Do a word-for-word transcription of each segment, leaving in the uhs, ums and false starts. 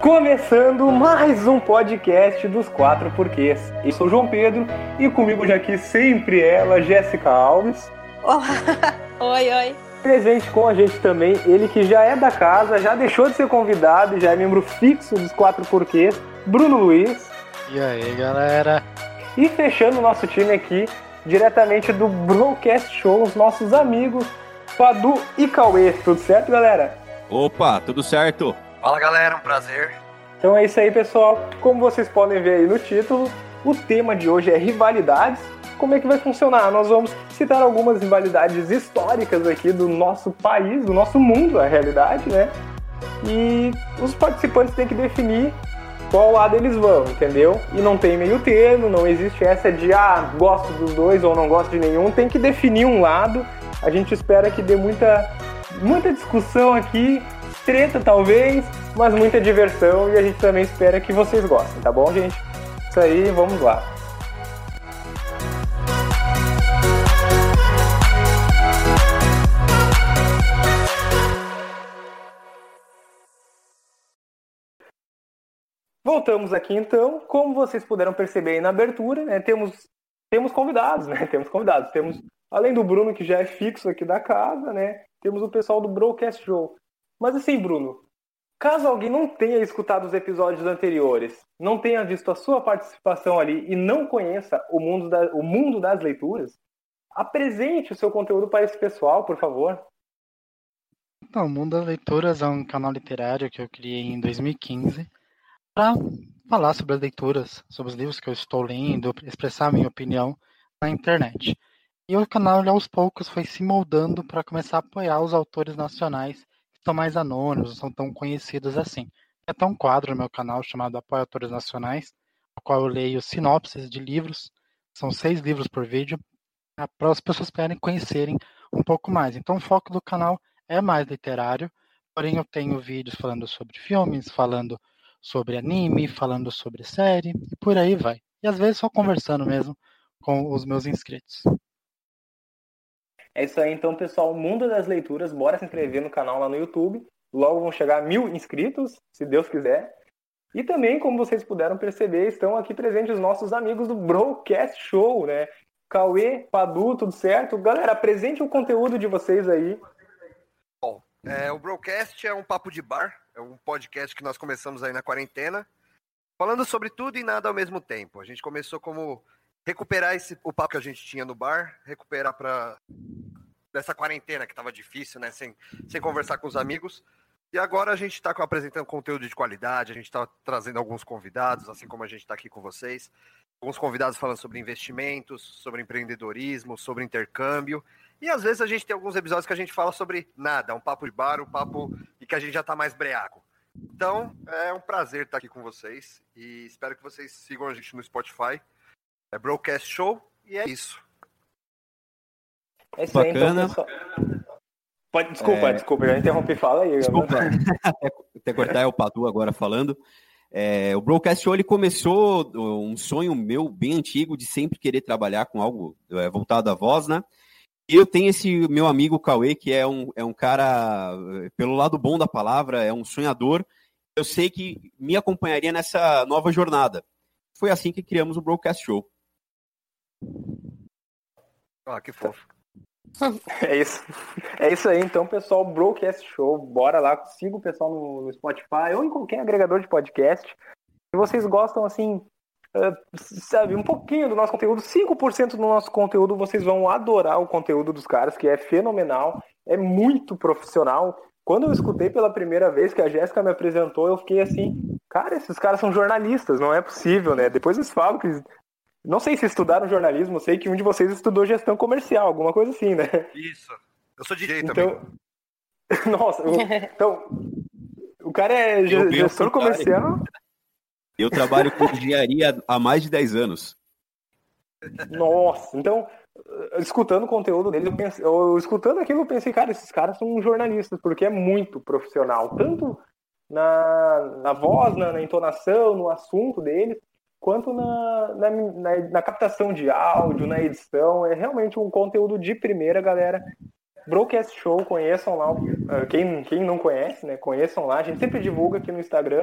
Começando mais um podcast dos Quatro Porquês. Eu sou o João Pedro e comigo já aqui sempre ela, Jéssica Alves. Olá. Oi, oi. Presente com a gente também, ele que já é da casa, já deixou de ser convidado e já é membro fixo dos Quatro Porquês, Bruno Luiz. E aí, galera? E fechando o nosso time aqui, diretamente do Broadcast Show, os nossos amigos Padu e Cauê. Tudo certo, galera? Opa, tudo certo? Fala, galera, um prazer. Então é isso aí, pessoal. Como vocês podem ver aí no título, o tema de hoje é rivalidades. Como é que vai funcionar? Nós vamos citar algumas rivalidades históricas aqui do nosso país, do nosso mundo, na realidade, né? E os participantes têm que definir qual lado eles vão, entendeu? E não tem meio termo, não existe essa de, ah, gosto dos dois ou não gosto de nenhum. Tem que definir um lado. A gente espera que dê muita, muita discussão aqui, treta talvez, mas muita diversão, e a gente também espera que vocês gostem, tá bom, gente? Isso aí, vamos lá. Voltamos aqui então. Como vocês puderam perceber aí na abertura, né, temos, temos convidados, né? Temos convidados. Temos, além do Bruno, que já é fixo aqui da casa, né? Temos o pessoal do Broadcast Show. Mas assim, Bruno, caso alguém não tenha escutado os episódios anteriores, não tenha visto a sua participação ali e não conheça o mundo, da, o mundo das leituras, apresente o seu conteúdo para esse pessoal, por favor. Então, o Mundo das Leituras é um canal literário que eu criei em dois mil e quinze para falar sobre as leituras, sobre os livros que eu estou lendo, expressar a minha opinião na internet. E o canal, aos poucos, foi se moldando para começar a apoiar os autores nacionais que são mais anônimos, não são tão conhecidos assim. Tem até um quadro no meu canal chamado Apoio Autores Nacionais, no qual eu leio sinopses de livros, são seis livros por vídeo, para as pessoas poderem conhecerem um pouco mais. Então o foco do canal é mais literário, porém eu tenho vídeos falando sobre filmes, falando sobre anime, falando sobre série, e por aí vai. E às vezes só conversando mesmo com os meus inscritos. É isso aí, então, pessoal. Mundo das Leituras, bora se inscrever no canal lá no YouTube. Logo vão chegar a mil inscritos, se Deus quiser. E também, como vocês puderam perceber, estão aqui presentes os nossos amigos do Broadcast Show, né? Cauê, Padu, tudo certo? Galera, apresente o conteúdo de vocês aí. Bom, é, o Broadcast é um papo de bar, é um podcast que nós começamos aí na quarentena, falando sobre tudo e nada ao mesmo tempo. A gente começou como recuperar esse, o papo que a gente tinha no bar, recuperar para dessa quarentena que estava difícil, né, sem, sem conversar com os amigos. E agora a gente está apresentando conteúdo de qualidade, a gente está trazendo alguns convidados, assim como a gente está aqui com vocês. Alguns convidados falando sobre investimentos, sobre empreendedorismo, sobre intercâmbio. E às vezes a gente tem alguns episódios que a gente fala sobre nada, um papo de bar, um papo e que a gente já está mais breaco. Então, é um prazer estar aqui com vocês e espero que vocês sigam a gente no Spotify. É Broadcast Show e é isso. É isso aí, então, pessoal. Pode, desculpa, é... desculpa, já interrompi, fala aí. Desculpa, até, até cortar é o Padu agora falando. É, o Broadcast Show, ele começou um sonho meu bem antigo de sempre querer trabalhar com algo é, voltado à voz, né? E eu tenho esse meu amigo Cauê, que é um, é um cara, pelo lado bom da palavra, é um sonhador. Eu sei que me acompanharia nessa nova jornada. Foi assim que criamos o Broadcast Show. Ah, que fofo. É isso. É isso aí, então, pessoal, Broadcast Show. Bora lá, siga o pessoal no, no Spotify ou em qualquer agregador de podcast. Se vocês gostam, assim, uh, sabe, um pouquinho do nosso conteúdo, cinco por cento do nosso conteúdo, vocês vão adorar o conteúdo dos caras, que é fenomenal, é muito profissional. Quando eu escutei pela primeira vez que a Jéssica me apresentou, eu fiquei assim, cara, esses caras são jornalistas, não é possível, né? Depois eles falam que... Não sei se estudaram jornalismo, sei que um de vocês estudou gestão comercial, alguma coisa assim, né? Isso. Eu sou direito então... também. Nossa, o... então... O cara é eu gestor comercial? Eu trabalho com engenharia há mais de dez anos. Nossa, então, escutando o conteúdo deles, eu pensei, eu, escutando aquilo, eu pensei, cara, esses caras são jornalistas, porque é muito profissional, tanto na, na voz, na, na entonação, no assunto deles, quanto na, na, na, na captação de áudio, na edição. É realmente um conteúdo de primeira, galera. Broadcast Show, conheçam lá. Quem, quem não conhece, né? Conheçam lá. A gente sempre divulga aqui no Instagram.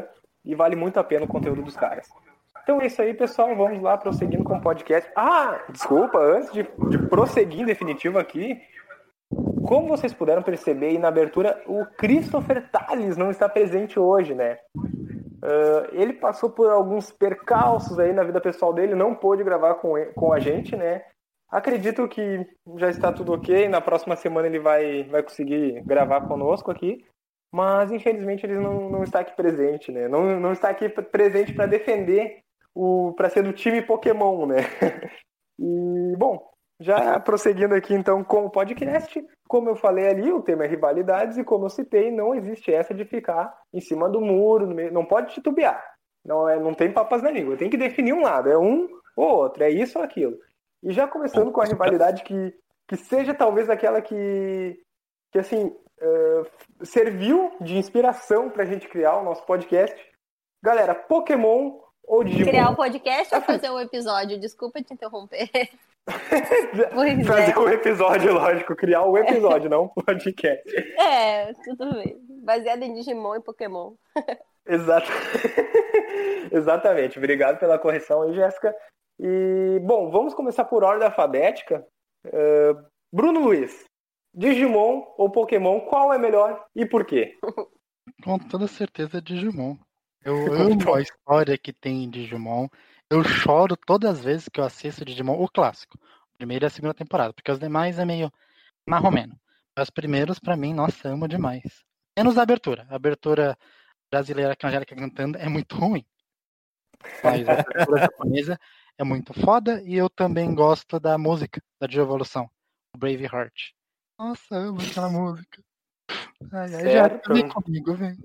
e vale muito a pena o conteúdo dos caras. Então é isso aí, pessoal. Vamos lá, prosseguindo com o podcast. Ah, desculpa, antes de, de prosseguir em definitivo aqui, como vocês puderam perceber aí na abertura, o Christopher Tales não está presente hoje, né? Uh, ele passou por alguns percalços aí na vida pessoal dele, não pôde gravar com, ele, com a gente, né? Acredito que já está tudo ok, na próxima semana ele vai, vai conseguir gravar conosco aqui, mas infelizmente ele não, não está aqui presente, né? Não, não está aqui presente para defender, para ser do time Pokémon, né? E, bom, já prosseguindo aqui então com o podcast, como eu falei ali, o tema é rivalidades e como eu citei, não existe essa de ficar em cima do muro, não pode titubear, não, é, não tem papas na língua, tem que definir um lado, é um ou outro, é isso ou aquilo. E já começando com a rivalidade que, que seja talvez aquela que, que assim, uh, serviu de inspiração pra gente criar o nosso podcast. Galera, Pokémon ou Digimon? Criar o podcast ou fazer um episódio? Desculpa te interromper. Fazer é. um episódio, lógico. Criar um episódio, não um podcast. É, tudo bem. Baseado em Digimon e Pokémon. Exato. Exatamente. Obrigado pela correção aí, Jéssica. E, bom, vamos começar por ordem alfabética. Uh, Bruno Luiz, Digimon ou Pokémon, qual é melhor e por quê? Com toda certeza, Digimon. Eu amo a história que tem em Digimon. Eu choro todas as vezes que eu assisto Digimon, o clássico. Primeira e a segunda temporada, porque os demais é meio marromeno. Os primeiros, pra mim, nossa, amo demais. Menos a abertura. A abertura brasileira que a Angélica cantando é muito ruim. Mas a abertura japonesa é muito foda, e eu também gosto da música da Digievolução, o Brave Heart. Nossa, amo aquela música. Ai, ai, já vem comigo, vem.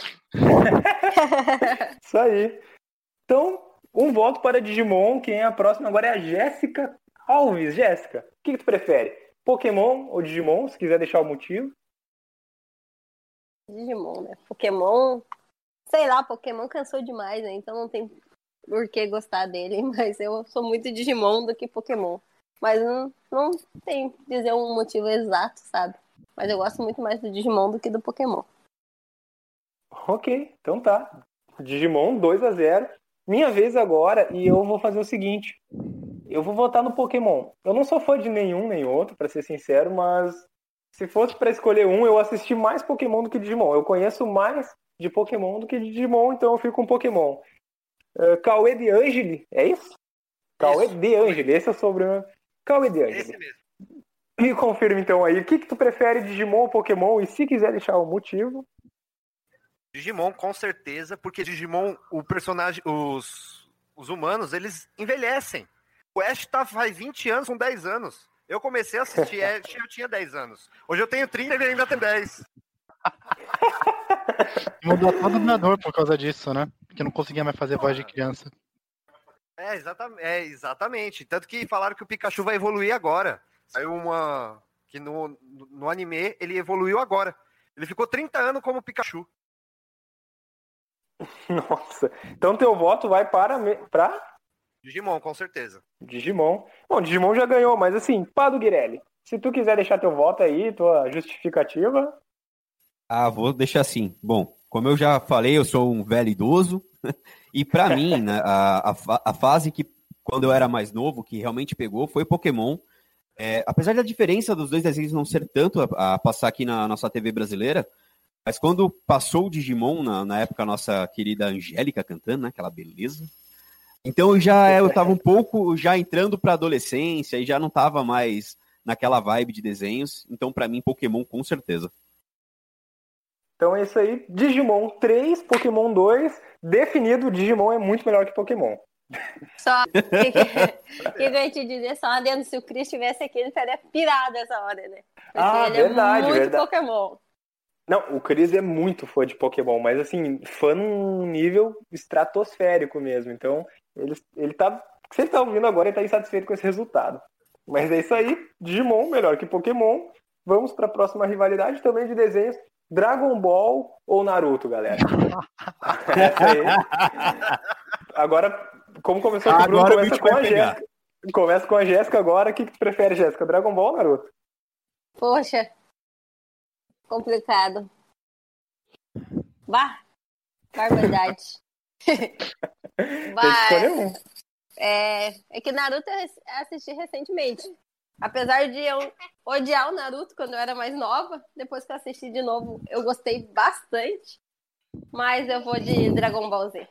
Isso aí. Então, um voto para Digimon. Quem é a próxima agora é a Jéssica Alves. Jéssica, o que, que tu prefere? Pokémon ou Digimon, se quiser deixar o motivo? Digimon, né? Pokémon, sei lá, Pokémon cansou demais, né? Então não tem por que gostar dele, mas eu sou muito Digimon do que Pokémon. Mas não, não tem que dizer um motivo exato, sabe? Mas eu gosto muito mais do Digimon do que do Pokémon. Ok, então tá. Digimon dois a zero. Minha vez agora, e eu vou fazer o seguinte. Eu vou votar no Pokémon. Eu não sou fã de nenhum nem outro, pra ser sincero, mas se fosse pra escolher um, eu assisti mais Pokémon do que Digimon. Eu conheço mais de Pokémon do que de Digimon, então eu fico com Pokémon. Uh, Cauê de Angeli, é isso? Cauê de Angeli, esse é o sobrenome. Cauê de Angeli. Esse mesmo. Me confirma então aí, o que, que tu prefere, Digimon ou Pokémon? E se quiser deixar o motivo... Digimon, com certeza, porque Digimon, o personagem, os, os humanos, eles envelhecem. O Ash tá faz vinte anos com dez anos. Eu comecei a assistir Ash e eu tinha dez anos. Hoje eu tenho trinta e ele ainda tem dez. Mudou todo o dublador por causa disso, né? Porque não conseguia mais fazer voz de criança. É exatamente, é, exatamente. Tanto que falaram que o Pikachu vai evoluir agora. Saiu uma... que no, no anime ele evoluiu agora. Ele ficou trinta anos como Pikachu. Nossa. Então teu voto vai para... para... Digimon, com certeza. Digimon. Bom, Digimon já ganhou, mas assim, Pado Guirelli, se tu quiser deixar teu voto aí, tua justificativa... Ah, vou deixar assim. Bom, como eu já falei, eu sou um velho idoso, e pra mim, né, a, a, a fase que, quando eu era mais novo, que realmente pegou, foi Pokémon. É, apesar da diferença dos dois desenhos não ser tanto a, a passar aqui na nossa T V brasileira, mas quando passou o Digimon, na, na época a nossa querida Angélica cantando, né, aquela beleza, então já eu estava um pouco já entrando para adolescência e já não estava mais naquela vibe de desenhos, então para mim Pokémon com certeza. Então é isso aí, Digimon três, Pokémon dois, definido, Digimon é muito melhor que Pokémon. Só que, que, que eu ia te dizer, só adendo, se o Chris estivesse aqui, ele estaria pirado essa hora, né? Porque ah, ele verdade, é muito verdade. Pokémon. Não, o Chris é muito fã de Pokémon, mas assim, fã num nível estratosférico mesmo, então ele, ele tá, se ele tá ouvindo agora, ele tá insatisfeito com esse resultado. Mas é isso aí, Digimon melhor que Pokémon. Vamos para a próxima rivalidade também de desenhos, Dragon Ball ou Naruto, galera? Essa aí. Agora, como começou com o Bruno, começa com a Jéssica. Começa com a Jéssica agora. O que, que tu prefere, Jéssica? Dragon Ball ou Naruto? Poxa. Complicado. Bah. Barbaridade. Tem que escolher um. É, é que Naruto eu assisti recentemente. Apesar de eu odiar o Naruto quando eu era mais nova, depois que eu assisti de novo, eu gostei bastante. Mas eu vou de Dragon Ball Z.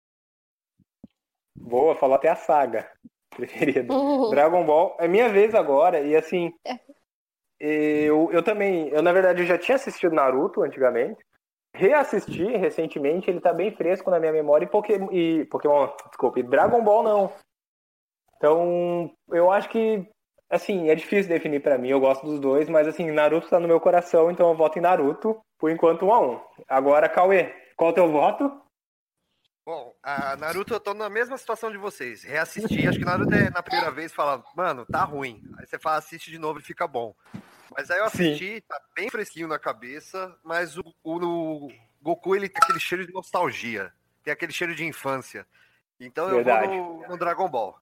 Boa, falou até a saga preferida. Uhum. Dragon Ball é minha vez agora, e assim, eu, eu também, eu na verdade eu já tinha assistido Naruto antigamente, reassisti recentemente, ele tá bem fresco na minha memória, e Pokémon, e, Pokémon desculpa, e Dragon Ball não. Então, eu acho que, assim, é difícil definir pra mim, eu gosto dos dois, mas assim, Naruto tá no meu coração, então eu voto em Naruto, por enquanto um a um. Agora, Cauê, qual é o teu voto? Bom, a Naruto eu tô na mesma situação de vocês. Reassisti, acho que Naruto é na primeira vez fala, mano, tá ruim. Aí você fala, assiste de novo e fica bom. Mas aí eu assisti, Sim. tá bem fresquinho na cabeça, mas o, o, o Goku, ele tem aquele cheiro de nostalgia, tem aquele cheiro de infância. Então Verdade. eu vou no, no Dragon Ball.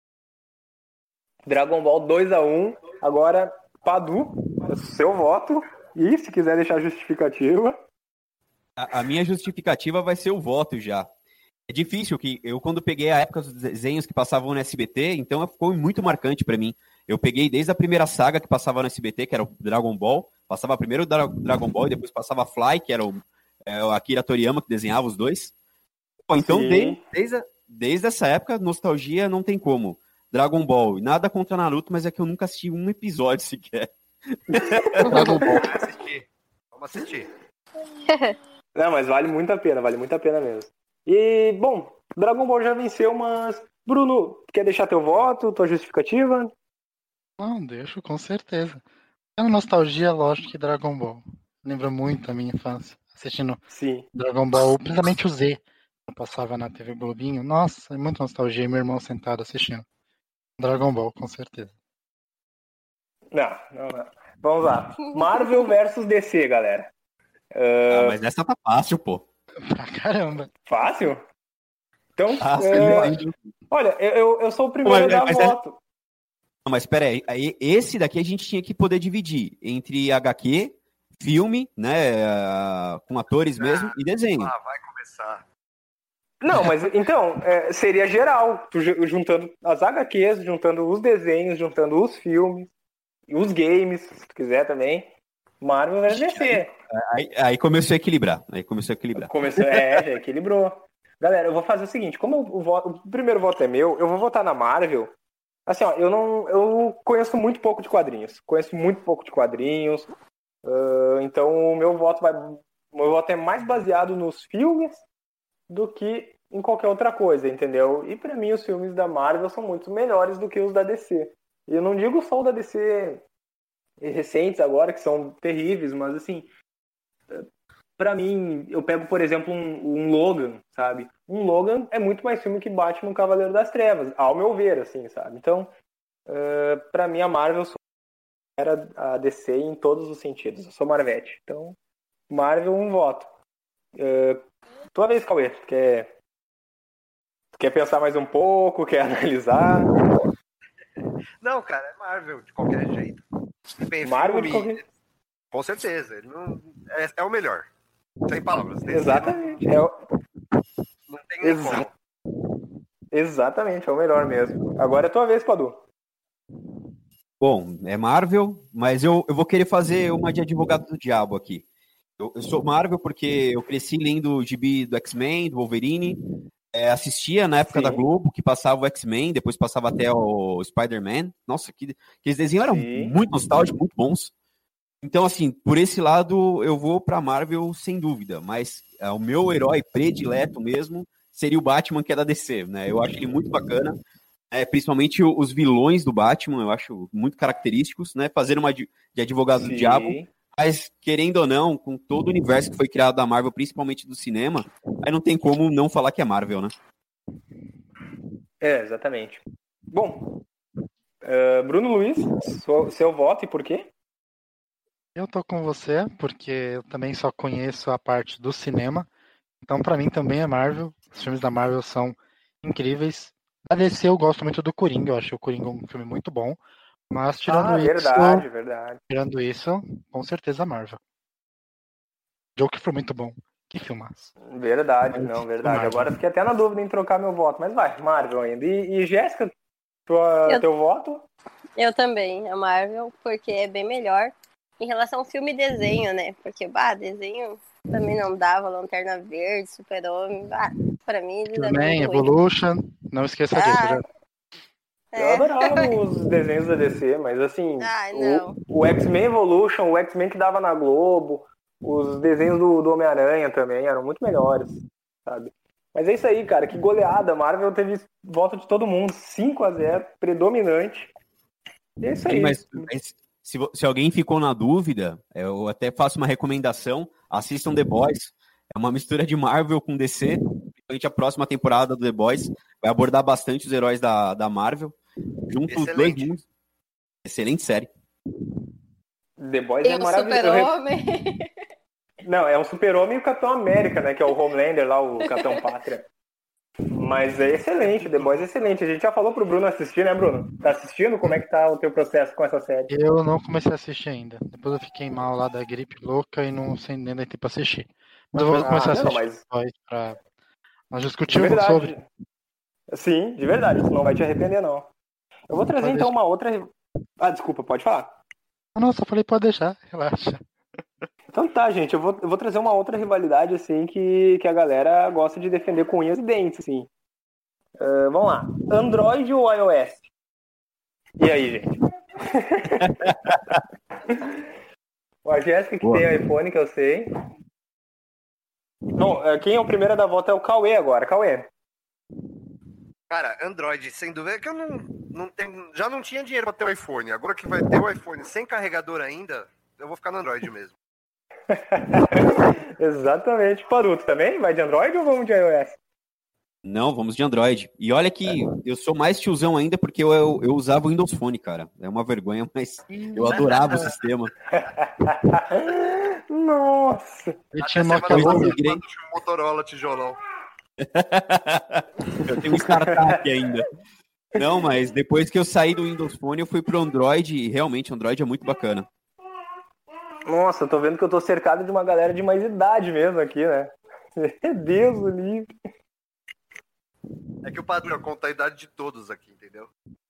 Dragon Ball dois a um. Agora, Padu, seu voto. E se quiser deixar justificativa. A, a minha justificativa vai ser o voto já. É difícil, que eu quando peguei a época dos desenhos que passavam no S B T, então ficou muito marcante pra mim. Eu peguei desde a primeira saga que passava no S B T, que era o Dragon Ball, passava primeiro o Dra- Dragon Ball e depois passava Fly, que era o, é, o Akira Toriyama que desenhava os dois. Pô, então desde, desde, a, desde essa época, nostalgia não tem como. Dragon Ball, e nada contra Naruto, mas é que eu nunca assisti um episódio sequer. Dragon Ball, vamos assistir. Vamos assistir. Não, mas vale muito a pena, vale muito a pena mesmo. E, bom, Dragon Ball já venceu, mas... Bruno, quer deixar teu voto, tua justificativa? Não, deixo, com certeza. É uma nostalgia, lógico, que Dragon Ball. Lembra muito a minha infância, assistindo Sim. Dragon Ball, principalmente o Z, que passava na T V Globinho. Nossa, é muita nostalgia, e meu irmão sentado assistindo. Dragon Ball, com certeza. Não, não, não. Vamos lá. Marvel versus D C, galera. Uh... Ah, mas essa tá fácil, pô. Pra caramba. Fácil? Então, fácil, é... olha, eu, eu sou o primeiro mas, a dar mas voto. É... Não, mas espera aí, aí, esse daqui a gente tinha que poder dividir entre H Q, filme, né, com atores mesmo, ah, e desenho. Ah, vai começar. Não, mas então, é, seria geral, juntando as H Qs, juntando os desenhos, juntando os filmes, e os games, se tu quiser também. Marvel versus D C. Aí, aí começou a equilibrar. Aí começou a equilibrar. Começou, é, já equilibrou. Galera, eu vou fazer o seguinte, como eu, o, voto, o primeiro voto é meu, eu vou votar na Marvel. Assim, ó, eu não, eu conheço muito pouco de quadrinhos. Conheço muito pouco de quadrinhos. Uh, então o meu voto vai, o meu voto é mais baseado nos filmes do que em qualquer outra coisa, entendeu? E pra mim os filmes da Marvel são muito melhores do que os da D C. E eu não digo só o da D C recentes agora, que são terríveis, mas assim, pra mim, eu pego, por exemplo, um, um Logan, sabe? Um Logan é muito mais filme que Batman Cavaleiro das Trevas, ao meu ver, assim, sabe? Então, uh, pra mim, a Marvel era a D C em todos os sentidos. Eu sou Marvete. Então, Marvel, um voto. Uh, tua vez, Cauê. Quer, quer pensar mais um pouco? Quer analisar? Não, cara, é Marvel, de qualquer jeito. Bem, Marvel filme, de qualquer... Com certeza. Ele não... é, é o melhor. Sem palavras. Exatamente. Não, é o... não tem nem Exa... como. Exatamente, é o melhor mesmo. Agora é tua vez, Padu. Bom, é Marvel, mas eu, eu vou querer fazer uma de advogado do diabo aqui. Eu, eu sou Marvel porque eu cresci lendo o gibi do X-Men, do Wolverine, é, assistia na época Sim. da Globo, que passava o X-Men, depois passava até o Spider-Man. Nossa, que, aqueles desenhos eram Sim. muito nostálgicos, muito bons. Então, assim, por esse lado, eu vou pra Marvel sem dúvida, mas é, o meu herói predileto mesmo seria o Batman, que é da D C, né? Eu acho ele muito bacana, é, principalmente os vilões do Batman, eu acho muito característicos, né? Fazer uma de advogado Sim. do diabo, mas, querendo ou não, com todo o universo que foi criado da Marvel, principalmente do cinema, aí não tem como não falar que é Marvel, né? É, exatamente. Bom, uh, Bruno Luiz, seu, seu voto e por quê? Eu tô com você, porque eu também só conheço a parte do cinema. Então, pra mim, também é Marvel. Os filmes da Marvel são incríveis. Da D C, eu gosto muito do Coringa. Eu acho o Coringa um filme muito bom. Mas, tirando ah, isso... verdade, verdade. Tirando isso, com certeza Marvel. Joker foi muito bom. Que filmaço. Verdade, não, verdade. Marvel. Agora fiquei até na dúvida em trocar meu voto, mas vai, Marvel ainda. E, e Jéssica, tua, Eu- teu voto? Eu também, a Marvel, porque é bem melhor em relação ao filme e desenho, né? Porque, bah, desenho também não dava, Lanterna Verde, Super-Homem, bah, pra mim eles eram X-Men, muito ruins. Evolution, não esqueça disso, Ah, já. Eu é. adorava os desenhos da D C, mas assim, Ai, não. o, o X-Men Evolution, o X-Men que dava na Globo, os desenhos do, do Homem-Aranha também eram muito melhores, sabe? Mas é isso aí, cara, que goleada. A Marvel teve volta de todo mundo, cinco a zero, predominante. E é isso aí. Sim, mas, mas se, vo- se alguém ficou na dúvida, eu até faço uma recomendação, assistam The Boys. É uma mistura de Marvel com D C. Principalmente a próxima temporada do The Boys vai abordar bastante os heróis da, da Marvel. Junto os dois Excelente. mundos. Excelente série. The Boys Tem é o maravilhoso. Super-Homem. Não, é o Super-Homem e o Capitão América, né? Que é o Homelander lá, o Capitão Pátria. Mas é excelente, The Boys é excelente. A gente já falou pro Bruno assistir, né, Bruno? Tá assistindo? Como é que tá o teu processo com essa série? Eu não comecei a assistir ainda. Depois eu fiquei mal lá da gripe louca e não sei nem dar tempo pra assistir. Mas eu vou Ah, começar a não, assistir mas- depois pra nós De discutirmos verdade. sobre. Sim, de verdade. Tu não vai te arrepender, não. Eu vou trazer Pode então deixar. uma outra. Ah, desculpa, pode falar. Ah, não, só falei pode deixar, relaxa. Então tá, gente, eu vou, eu vou trazer uma outra rivalidade, assim, que, que a galera gosta de defender com unhas e dentes, assim. Ah, vamos lá. Android ou iOS? E aí, gente? A Jéssica, que Boa. tem iPhone, que eu sei. Bom, eh, quem é o primeiro a dar volta é o Cauê agora. Cauê. Cara, Android, sem dúvida, é que eu não, não tenho, já não tinha dinheiro pra ter o iPhone. Agora que vai ter o iPhone sem carregador ainda, eu vou ficar no Android mesmo. Exatamente. Paruto também? Vai de Android ou vamos de iOS? Não, vamos de Android. E olha que eu sou mais tiozão ainda porque eu, eu, eu usava o Windows Phone, cara. É uma vergonha, mas eu adorava o sistema. Nossa. E Até tinha o Nokia semana Lumia. Lumia. passada, quando tinha o Motorola tijolão. Eu tenho um startup ainda. Não, mas depois que eu saí do Windows Phone, eu fui pro Android e realmente o Android é muito bacana. Nossa, eu tô vendo que eu tô cercado de uma galera de mais idade mesmo aqui, né? Meu Deus, o livre. É que o padrão conta a idade de todos aqui, entendeu?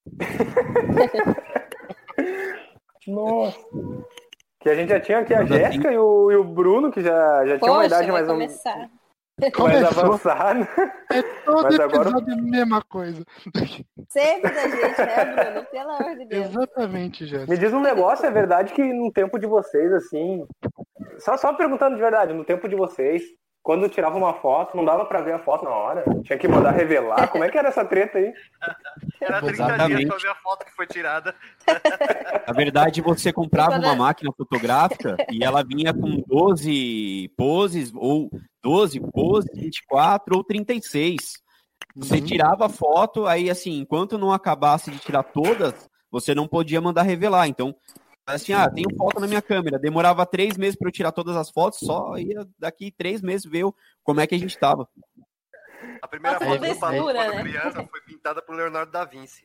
Nossa. Que a gente já tinha aqui a Mas assim- Jéssica e o, e o Bruno, que já, já tinha uma Poxa, idade vai mais, um, começar. mais Começou. avançada. É todo Mas agora- episódio a mesma coisa. Sempre da gente, né, Bruno? Pelo amor de Deus. Exatamente, Me Jéssica. diz um negócio, é verdade que no tempo de vocês, assim... Só, só perguntando de verdade, no tempo de vocês, quando tirava uma foto, não dava pra ver a foto na hora? Tinha que mandar revelar? Como é que era essa treta aí? Era trinta Exatamente. dias pra ver a foto que foi tirada. Na verdade, você comprava Quando uma é- máquina fotográfica e ela vinha com doze poses, ou doze poses, vinte e quatro ou trinta e seis. Você Uhum. tirava a foto, aí assim, enquanto não acabasse de tirar todas, você não podia mandar revelar. Então, assim, ah, tenho foto na minha câmera. Demorava três meses para eu tirar todas as fotos, só ia daqui três meses ver o- como é que a gente tava. A primeira Nossa, foto é do Padu textura, quando né? criança foi pintada por Leonardo da Vinci.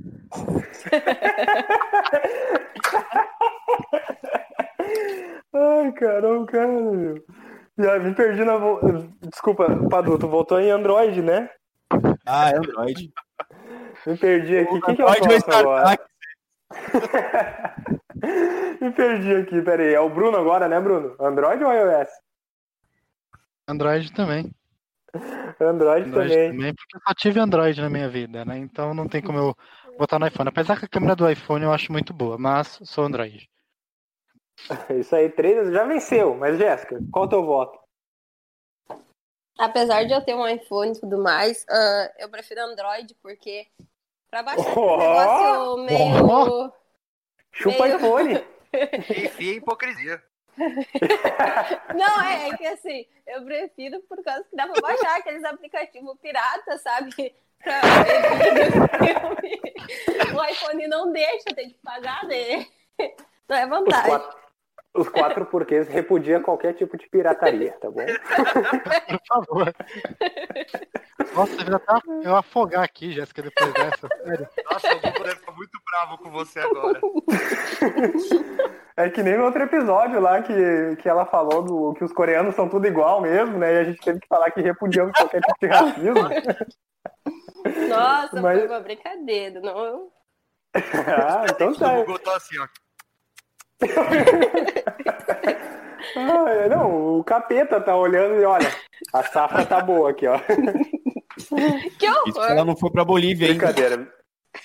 Ai, caramba, cara. meu. Já me perdi na... vo- Desculpa, Padu, tu voltou em Android, né? Ah, é Android. Me perdi aqui. O que, que é o Android próximo agora? startup. Me perdi aqui, peraí. É o Bruno agora, né, Bruno? Android ou iOS? Android também. Android, Android também. também, porque eu só tive Android na minha vida, né? Então não tem como eu botar no iPhone. Apesar que a câmera do iPhone eu acho muito boa, mas sou Android. Isso aí, três já venceu. Mas, Jéssica, qual é o teu voto? Apesar de eu ter um iPhone e tudo mais, ah, eu prefiro Android, porque pra baixar esse Oh! negócio meio... Chupa Meio- iPhone. Enfim, hipocrisia. Não, é, é que assim, eu prefiro por causa que dá pra baixar aqueles aplicativos pirata, sabe? Pra ver filme. O iPhone não deixa, tem que pagar dele. Não é Os vantagem. quatro, os quatro porquês repudia qualquer tipo de pirataria, tá bom? Por favor. Nossa, eu até eu afogar aqui, Jéssica, depois dessa. Sério. Nossa, o Dudu deve ficar muito bravo com você agora. É que nem no outro episódio lá que, que ela falou do, que os coreanos são tudo igual mesmo, né? E a gente teve que falar que repudiamos qualquer tipo de racismo. Nossa, Mas- foi uma brincadeira. Não... Ah, então O tá. Google tá assim, ó. Ah, não, o capeta tá olhando e olha, a safra tá boa aqui, ó. Que Isso que ela horror! não foi pra Bolívia ainda. Brincadeira.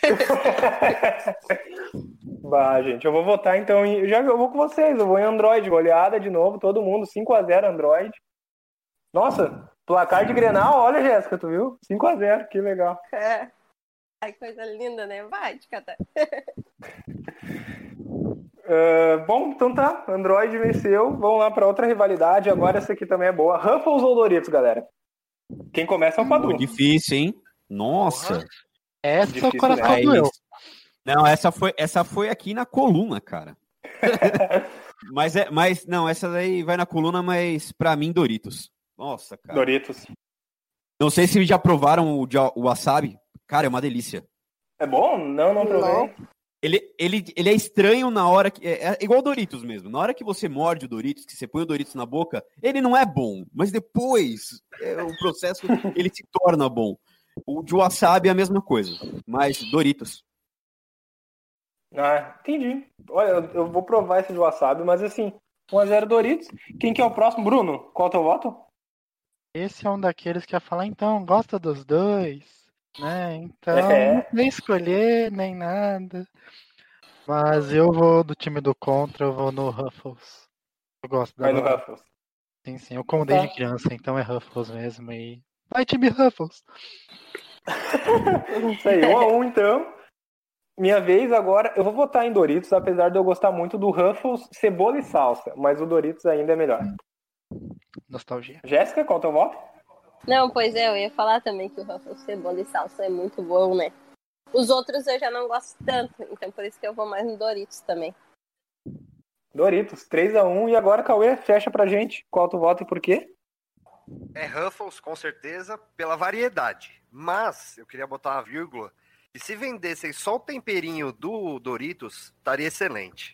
Bah, gente, eu vou votar então em. Já eu vou com vocês, eu vou em Android, goleada de novo, todo mundo, cinco a zero Android. Nossa, placar de Grenal, olha, Jéssica, tu viu? cinco a zero, que legal. É. Ai, coisa linda, né? Vai, de catar. Uh, bom, então tá, Android venceu, vamos lá pra outra rivalidade, agora essa aqui também é boa. Ruffles ou Doritos, galera? Quem começa é o Padu. Pô, difícil, hein? Nossa. Essa Difícil, o coração Mas- doeu. Não, essa foi, essa foi aqui na coluna, cara. mas, é, mas, não, essa daí vai na coluna, mas pra mim, Doritos. Nossa, cara. Doritos. Não sei se já provaram o, ja- o wasabi. Cara, é uma delícia. É bom? Não, não provei. Ele, ele, ele é estranho na hora que... É, é igual Doritos mesmo. Na hora que você morde o Doritos, que você põe o Doritos na boca, ele não é bom. Mas depois, é, o processo, ele se torna bom. O de wasabi é a mesma coisa. Mas Doritos. Ah, entendi. Olha, eu, eu vou provar esse de wasabi, mas assim, um a zero Doritos. Quem que é o próximo? Bruno, qual é o teu voto? Esse é um daqueles que ia falar, então, gosta dos dois, né? Então, É. não nem escolher, nem nada. Mas eu vou do time do contra, eu vou no Ruffles. Eu gosto da Vai no galera. Ruffles. Sim, sim. Eu como Tá. desde criança, então é Ruffles mesmo. E vai, time Ruffles! Isso aí, um a um então. Minha vez agora, eu vou votar em Doritos, apesar de eu gostar muito do Ruffles, cebola e salsa, mas o Doritos ainda é melhor. Nostalgia. Jéssica, qual é o teu voto? Não, pois é, eu ia falar também que o Ruffles cebola e salsa é muito bom, né? Os outros eu já não gosto tanto, então por isso que eu vou mais no Doritos também. Doritos, três a um. E agora, Cauê, fecha pra gente. Qual tu vota e por quê? É Ruffles, com certeza, pela variedade. Mas, eu queria botar uma vírgula, que se vendessem só o temperinho do Doritos, estaria excelente.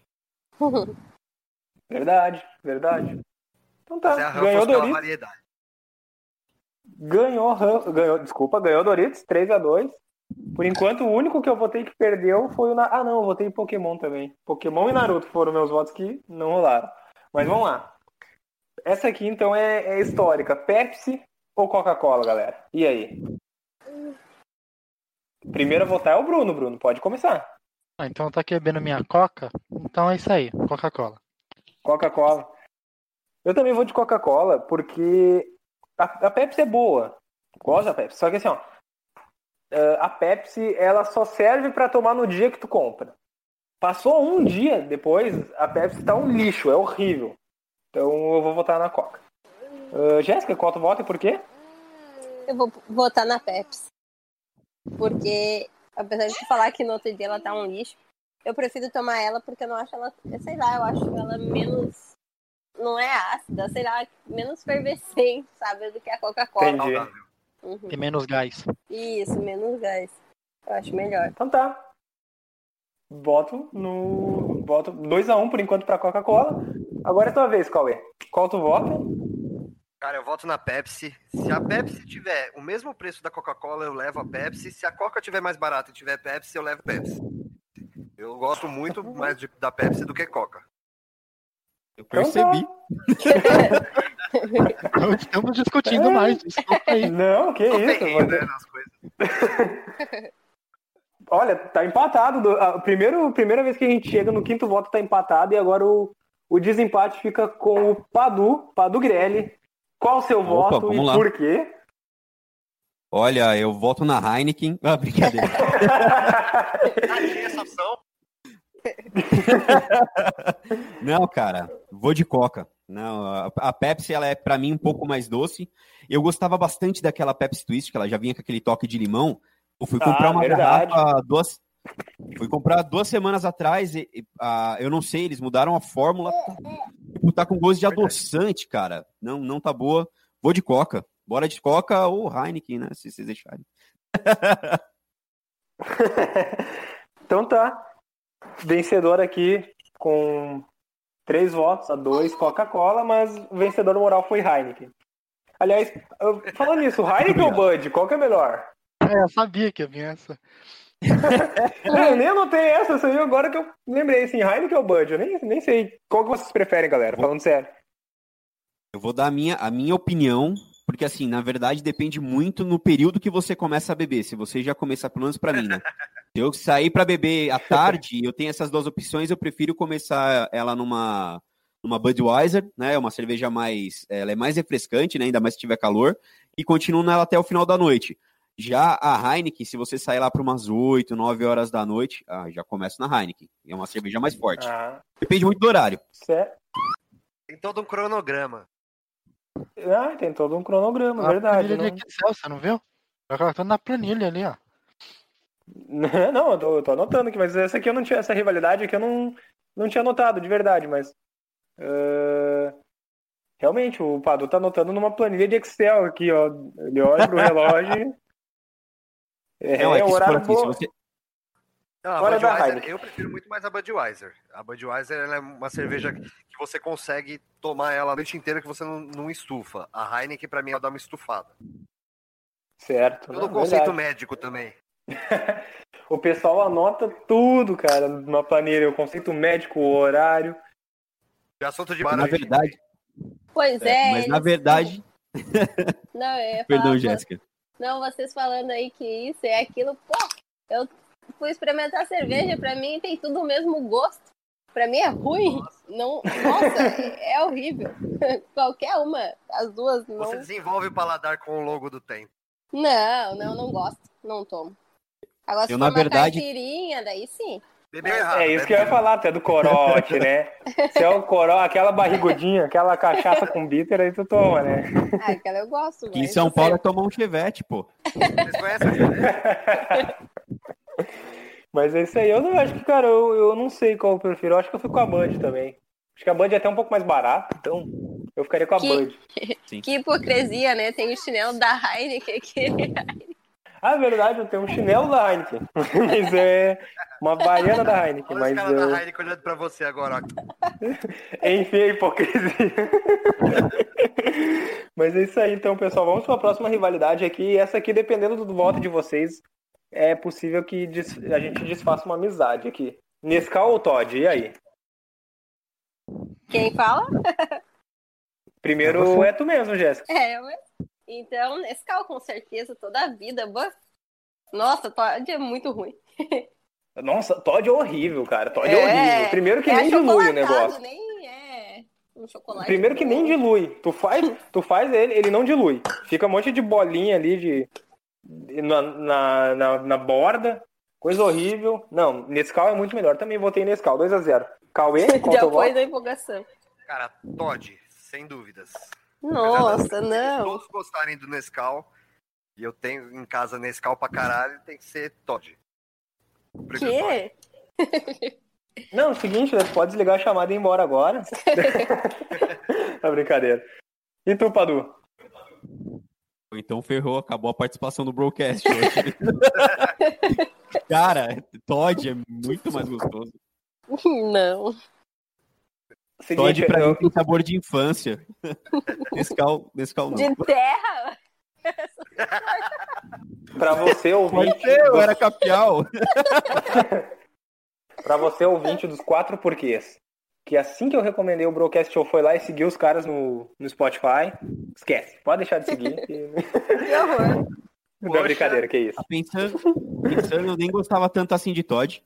Verdade, verdade. Então Mas é tá, a ganhou Ruffles pela Doritos. variedade. Ganhou, Ru- ganhou, desculpa, ganhou Doritos, três a dois. Por enquanto, o único que eu votei que perdeu foi o... Na... Ah, não, eu votei em Pokémon também. Pokémon e Naruto foram meus votos que não rolaram. Mas vamos lá. Essa aqui, então, é, é histórica. Pepsi ou Coca-Cola, galera? E aí? Primeiro a votar é o Bruno, Bruno. Pode começar. Ah, então tá quebrando minha coca? Então é isso aí, Coca-Cola. Coca-Cola. Eu também vou de Coca-Cola, porque a, a Pepsi é boa. Gosto da Pepsi. Só que assim, ó, a Pepsi, ela só serve pra tomar no dia que tu compra. Passou um dia depois, a Pepsi tá um lixo, é horrível. Então eu vou votar na Coca. Uh, Jéssica, qual tu vota e por quê? Eu vou votar na Pepsi. Porque, apesar de tu falar que no outro dia ela tá um lixo, eu prefiro tomar ela porque eu não acho ela, sei lá, eu acho ela menos, não é ácida, sei lá, menos fervescente, sabe, do que a Coca-Cola. Entendi. Saudável. Uhum. Tem menos gás. Isso, menos gás. Eu acho melhor. Então tá. Voto no. Voto dois a um por enquanto pra Coca-Cola. Agora é tua vez, Cauê. Qual tu vota? Cara, eu voto na Pepsi. Se a Pepsi tiver o mesmo preço da Coca-Cola, eu levo a Pepsi. Se a Coca tiver mais barata e tiver Pepsi, eu levo Pepsi. Eu gosto muito mais de- da Pepsi do que Coca. Eu Então percebi. tá. Não estamos discutindo mais, desculpa aí. Não, que Tô isso. ferrinho, você- né, nas coisas. Olha, tá empatado. Do- A primeiro, primeira vez que a gente chega no quinto voto tá empatado e agora o, o desempate fica com o Padu, Padu Grelli. Qual o seu Opa, voto vamos e lá. por quê? Olha, eu voto na Heineken. Ah, brincadeira. Tadinha essa opção. Não, cara, vou de Coca. Não, a, a Pepsi, ela é pra mim um pouco mais doce. Eu gostava bastante daquela Pepsi Twist, que ela já vinha com aquele toque de limão. Eu fui comprar Ah, uma verdade. garrafa duas, fui comprar duas semanas atrás. E, e, ah, eu não sei, eles mudaram a fórmula. Tipo, tá com gosto de adoçante, cara. Não, não tá boa. Vou de Coca. Bora de Coca ou Heineken, né? Se vocês deixarem. Então tá. Vencedor aqui com Três votos a dois Coca-Cola, mas o vencedor moral foi Heineken. Aliás, falando nisso, Heineken ou Bud, qual que é melhor? É, eu sabia que ia vir essa. Eu nem anotei essa, saiu agora que eu lembrei, assim, Heineken ou Bud, eu nem, nem sei. Qual que vocês preferem, galera, falando sério? Eu vou dar a minha, a minha opinião, porque assim, na verdade depende muito no período que você começa a beber, se você já começar, pelo menos pra mim, né? Se eu sair pra beber à tarde, eu tenho essas duas opções, eu prefiro começar ela numa, numa Budweiser, né? É uma cerveja mais, ela é mais refrescante, né? Ainda mais se tiver calor, e continuo nela até o final da noite. Já a Heineken, se você sair lá para umas oito, nove horas da noite, ah, já começa na Heineken. É uma cerveja mais forte. Ah. Depende muito do horário. Certo. Tem todo um cronograma. Ah, tem todo um cronograma, a verdade. Planilha não... de Excel, você não viu? Tá colocando na planilha ali, ó. Não, eu tô, eu tô anotando aqui, mas essa aqui eu não tinha, essa rivalidade aqui eu não, não tinha anotado, de verdade, mas... Uh... Realmente, o Padu tá anotando numa planilha de Excel aqui, ó. Ele olha pro relógio... É, não, é que horário aqui, se você... Não, a Budweiser, eu prefiro muito mais a Budweiser. A Budweiser ela é uma cerveja que você consegue tomar ela a noite inteira que você não, não estufa. A Heineken, pra mim, ela dá uma estufada. Certo. Todo conceito verdade. Médico também. O pessoal anota tudo, cara, numa planilha. O conceito médico, o horário. De assunto de barulho. Na verdade... Pois é. é mas na verdade... Não, eu ia falar, Perdão, Jéssica. Não, vocês falando aí que isso é aquilo, pô, eu fui experimentar cerveja, pra mim tem tudo o mesmo gosto. Pra mim é ruim. Não, nossa, é horrível. Qualquer uma, as duas não. Você desenvolve o paladar com o logo do tempo. Não, não, não gosto. Não tomo. Agora, se eu, for na uma verdade... caipirinha, daí sim. Bebeu errado, é isso né? que eu ia falar, até do corote, né? Se é o corote, aquela barrigudinha, aquela cachaça com bitter, aí tu toma, né? Ah, aquela eu gosto. Aqui em São Paulo sei. É tomar um chevette, pô. Vocês conhecem o chevette? Mas é isso aí, eu não acho que, cara, eu, eu não sei qual eu prefiro. Eu acho que eu fico com a Bud também. Acho que a Bud é até um pouco mais barata, então eu ficaria com a que, Bud. Que hipocrisia, né? Tem o chinelo da Heineken aqui. Ah, é verdade, eu tenho um chinelo da Heineken. Mas é uma baiana da Heineken. Olha mas os caras eu... da Heineken olhando pra você agora. Enfim, a hipocrisia. Mas é isso aí, então, pessoal. Vamos para a próxima rivalidade aqui. E essa aqui, dependendo do voto de vocês, é possível que a gente desfaça uma amizade aqui. Nescau ou Todd? E aí? Quem fala? Primeiro é, é tu mesmo, Jéssica. É, eu mesmo. Então, Nescau, com certeza, toda a vida. Nossa, Todd é muito ruim. Nossa, Todd é horrível, cara. Todd é, é horrível. Primeiro que é nem dilui o negócio. Nem é um chocolate. Primeiro que nem dilui. Tu faz, tu faz ele, ele não dilui. Fica um monte de bolinha ali de, na, na, na, na borda. Coisa horrível. Não, Nescau é muito melhor. Também votei Nescau, dois a zero. Cauê, qual teu voto? Da empolgação. Cara, Todd, sem dúvidas. Nossa, não. Se todos gostarem do Nescau, e eu tenho em casa Nescau pra caralho, tem que ser Todd. Que? Não, é o seguinte, você pode desligar a chamada e ir embora agora. É brincadeira. E tu, Padu? Então ferrou, acabou a participação do Broadcast hoje. Cara, Todd é muito mais gostoso. Não. Seguinte, Todd pra eu... mim tem sabor de infância. Nescau, Nescau não. De terra? Pra você, ouvinte... Eu dos... era capial. Pra você, ouvinte dos quatro porquês, que assim que eu recomendei o Broadcast Show foi lá e seguiu os caras no, no Spotify, esquece, pode deixar de seguir. Que, que horror. Não é brincadeira, que isso. Pensando, pensando, eu nem gostava tanto assim de Todd.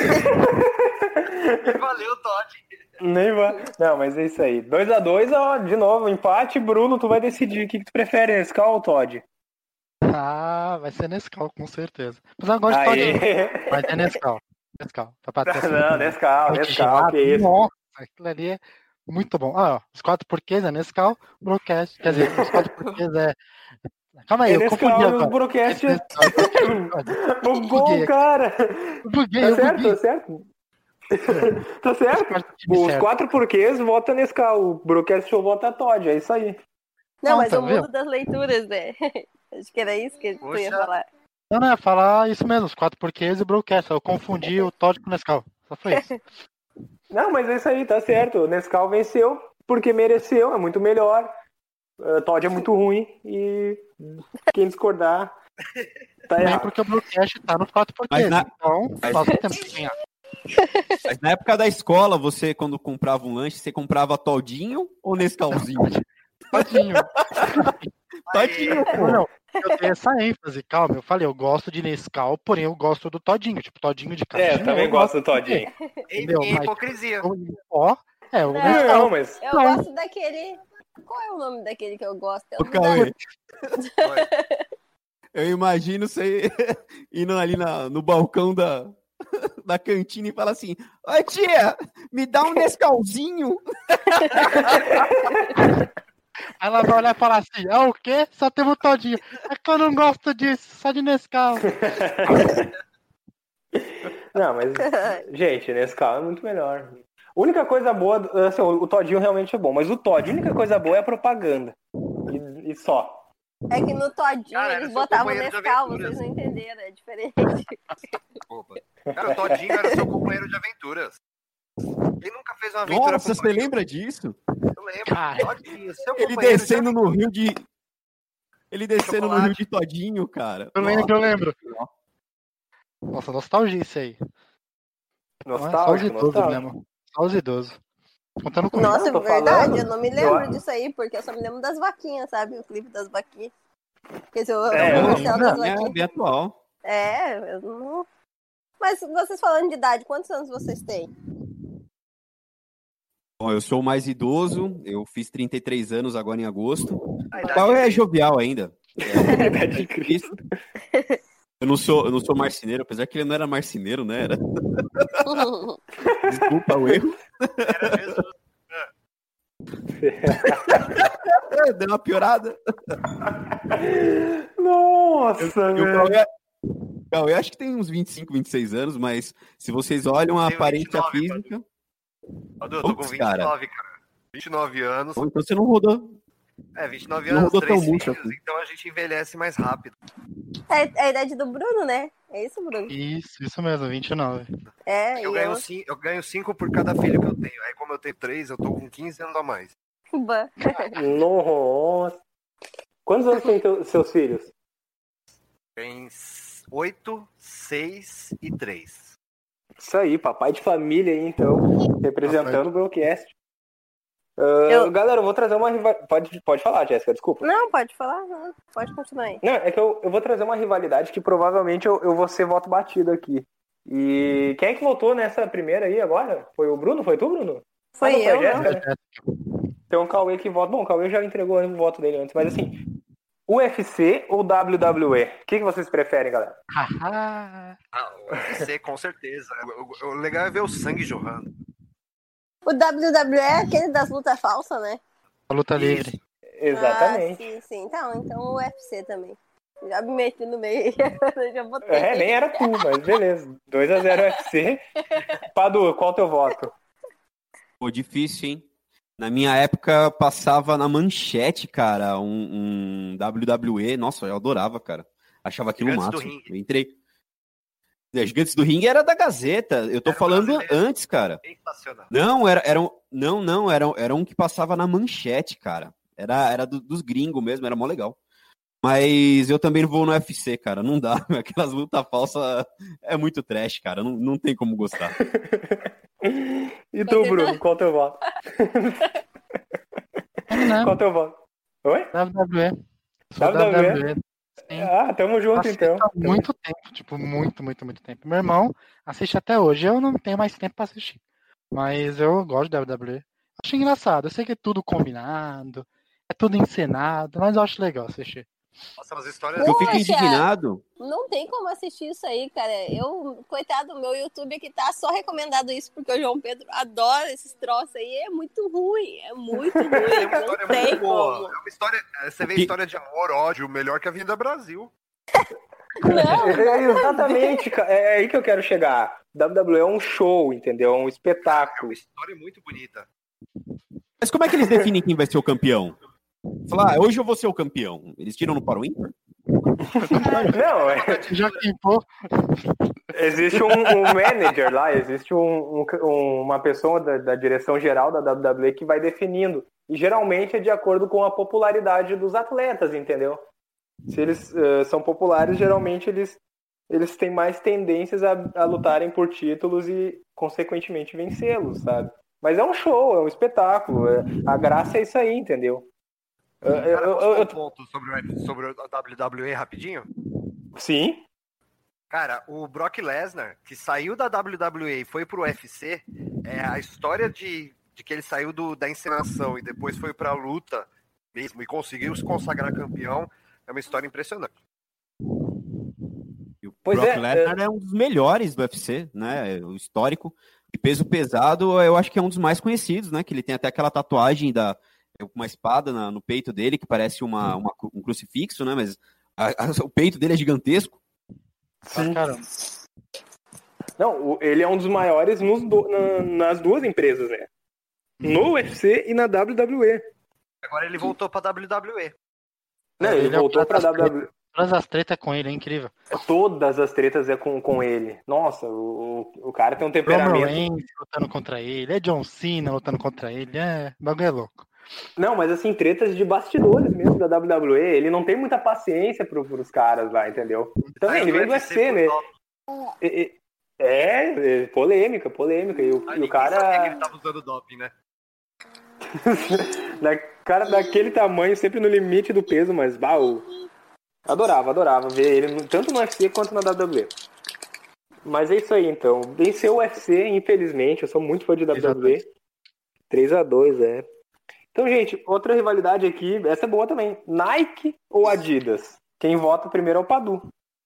Valeu, Todd. Nem vai. Não, mas é isso aí. dois a dois, ó, de novo, empate. Bruno, tu vai decidir. O que, que tu prefere, Nescau ou Todd? Ah, vai ser Nescau, com certeza. Mas eu gosto de Todd. Mas é Nescau. Nescau. Tá Não, Nescau, Nescau, que isso. Nossa, aquilo ali é muito bom. Ah, ó, os quatro porquês é Nescau, Broadcast. Quer dizer, os quatro porquês é... Calma aí, é eu Nescau confundi agora. O Broadcast é... Bugou, cara. Buguei, tá certo, tá certo. Tá certo? Os certo. quatro porquês vota Nescau, o Broadcast Show vota Todd, é isso aí. Não, não mas tá o mundo das leituras, né? Acho que era isso que tu ia falar. Não, não, ia falar isso mesmo, os quatro porquês e o Broadcast. Eu confundi o Todd com o Nescau. Só foi isso. Não, mas é isso aí, tá certo. O Nescau venceu porque mereceu, é muito melhor. Uh, Todd é muito ruim e quem discordar tá Também errado. porque o Brocast tá nos quatro Mas porquês. na- Então, mas- nós temos que ganhar. Mas na época da escola, você, quando comprava um lanche, você comprava Todinho ou Nescauzinho? Todinho. Todinho, pô. Não, eu tenho essa ênfase, calma. Eu falei, eu gosto de Nescau, porém eu gosto do Todinho. Tipo, Todinho de É, caixinha. eu também eu gosto do Todinho. Entendeu? Em Mas- hipocrisia. Ó, é, o Não. Nescau. Não, mas Eu Não. gosto daquele. Qual é o nome daquele que eu gosto? É Ô, o Cauê, Vai. eu imagino você indo ali na- no balcão da, da cantina e falar assim: Ô tia, me dá um Nescauzinho. Aí ela vai olhar e falar assim, ah, o quê? Só temos Todinho. É que eu não gosto disso, só de Nescau. Não, mas, gente, Nescau é muito melhor. A única coisa boa, assim, o Todinho realmente é bom, mas o Todd, a única coisa boa é a propaganda. E, e só. É que no Todinho Cara, era eles seu botavam companheiro de Nescau, aventuras. vocês não entenderam, é diferente. Opa. Cara, o Todinho era seu companheiro de aventuras. Ele nunca fez uma aventura Nossa, com o você Todinho. lembra disso? Eu lembro. Cara. Todinho, seu Ele companheiro de descendo no rio de. Ele descendo no Chocolate. rio de Todinho, cara. Eu lembro, eu Nossa. lembro. Nossa, nostalgia isso aí. Não é só os Nostálgico, idosos nostálgico. mesmo. Só os idosos. Contando comigo. Nossa, tô verdade, falando. eu não me lembro Eu- disso aí, porque eu só me lembro das vaquinhas, sabe? O clipe das vaquinhas. Porque se eu, É, o eu comercial das É, vaquinhas. bem atual. É, eu não. Mas vocês falando de idade, quantos anos vocês têm? Bom, eu sou o mais idoso, eu fiz trinta e três anos agora em agosto. A O idade Cauê é de- jovial ainda. Idade de Cristo. Eu não sou, eu não sou marceneiro, apesar que ele não era marceneiro, né? Era... Desculpa o erro. Era mesmo. É, deu uma piorada. Nossa, E o velho. Cauê, o Cauê acho que tem uns vinte e cinco, vinte e seis anos, mas se vocês olham a Tenho aparência vinte e nove, física. Adu, eu tô com Putz, vinte e cara. nove, cara. vinte e nove anos. Bom, então você não rodou. É, vinte e nove Não anos, rodou três tão murcho filhos, assim. então a gente envelhece mais rápido. É, é a idade do Bruno, né? É isso, Bruno? Isso, isso mesmo, vinte e nove. É, Eu e ganho, eu. cinco, eu ganho cinco por cada filho que eu tenho. Aí, como eu tenho três, eu tô com quinze anos a mais. Bah. Nossa. Quantos anos tem teu- seus filhos? Tem oito, seis e três. Isso aí, papai de família aí, então, representando o Brocast. Uh, Eu- Galera, eu vou trazer uma rivalidade. Pode, pode falar, Jéssica, desculpa. Não, pode falar, não. Pode continuar aí. Não, é que eu, eu vou trazer uma rivalidade que provavelmente eu, eu vou ser voto batido aqui. E quem é que votou nessa primeira aí agora? Foi o Bruno? Foi tu, Bruno? Foi Ah, não, eu, a Jéssica, não. né? Tem um Cauê que vota. Bom, o Cauê já entregou o voto dele antes, mas assim, U F C ou W W E? O que, que vocês preferem, galera? Haha. Ah, o U F C, com certeza. O, o- o legal é ver o sangue jorrando. O W W E é aquele das lutas falsas, né? A luta livre. Exatamente. Ah, sim, sim. Então, então o U F C também. Já me meti no meio. Já botei. É, nem era tu, mas beleza. dois a zero U F C. Padu, qual o teu voto? Pô, difícil, hein? Na minha época passava na manchete, cara, um, um W W E. Nossa, eu adorava, cara. Achava aquilo Gigantes do máximo. Ringue. Eu entrei. É, Gigantes do Ringue era da Gazeta. Eu tô Era falando brasileiro. antes, cara. Sensacional. Não, era, era um, não, não, era, era um que passava na manchete, cara. Era, era do- dos gringos mesmo, era mó legal. Mas eu também vou no U F C, cara. Não dá. Aquelas lutas falsas é muito trash, cara. Não, não tem como gostar. E tu, Bruno, qual o teu voto? Né? Qual o teu voto? Oi? W W E. Sou W W E? W W E. Sim. Ah, tamo junto Assisto então. há muito tempo, tipo, muito, muito, muito tempo. Meu irmão assiste até hoje. Eu não tenho mais tempo pra assistir. Mas eu gosto de W W E. Acho engraçado. Eu sei que é tudo combinado, é tudo encenado, mas eu acho legal assistir. Nossa, umas histórias. Eu fico Poxa. indignado. Não tem como assistir isso aí, cara. Eu, coitado, meu YouTube aqui tá só recomendado isso porque o João Pedro adora esses troços aí. É muito ruim, é muito É ruim. uma Não história tem muito boa. como. É uma história. Você vê Que- história de amor, ódio, melhor que a Avenida Brasil. Não, É, exatamente, cara. É aí que eu quero chegar. W W E é um show, entendeu? É um É espetáculo. uma história muito bonita. Mas como é que eles definem quem vai ser o campeão? Falar, ah, hoje eu vou ser o campeão. Eles tiram no Paro Ímpar? Não, é, Já quem for, Existe um, um manager lá, existe um, um, uma pessoa da, da direção geral da W W E que vai definindo. E geralmente é de acordo com a popularidade dos atletas, entendeu? Se eles uh, são populares, geralmente eles, eles têm mais tendências a, a lutarem por títulos e, consequentemente, vencê-los, sabe? Mas é um show, é um espetáculo. É, a graça é isso aí, entendeu? Eu, eu, eu, eu, eu... um ponto sobre o, sobre o W W E rapidinho? Sim. Cara, o Brock Lesnar, que saiu da W W E e foi pro U F C, é a história de, de que ele saiu do, da encenação e depois foi pra luta mesmo e conseguiu se consagrar campeão, é uma história impressionante. E o Pois Brock é, Lesnar é... é um dos melhores do U F C, né? O histórico. E peso pesado, eu acho que é um dos mais conhecidos, né? Que ele tem até aquela tatuagem da uma espada na, no peito dele, que parece uma, uma um crucifixo, né? Mas a, a, o peito dele é gigantesco. Sim. Ah, caramba. Não, ele é um dos maiores nos do, na, nas duas empresas, né? No U F C e na W W E. Agora ele voltou pra W W E. Não, ele, Ele é o voltou pra cara das W W E. Todas as tretas com ele, é incrível. Todas as tretas é com, com ele. Nossa, o, o cara tem um Roman temperamento. Reigns lutando contra ele, é John Cena lutando contra ele, é, o bagulho é louco. Não, mas assim, tretas de bastidores mesmo da W W E. Ele não tem muita paciência pro, pros caras lá, entendeu? Também, ele vem do U F C, né? É, é, é, polêmica, polêmica. E o, e o cara. Sabia que ele tava usando doping, né? da, cara daquele tamanho, sempre no limite do peso, mas bah, eu adorava, adorava ver ele tanto no U F C quanto na W W E. Mas é isso aí, então. Venceu o U F C, infelizmente. Eu sou muito fã de W W E. três a dois, é. Então, gente, outra rivalidade aqui, essa é boa também. Nike ou Adidas? Quem vota primeiro é o Padu.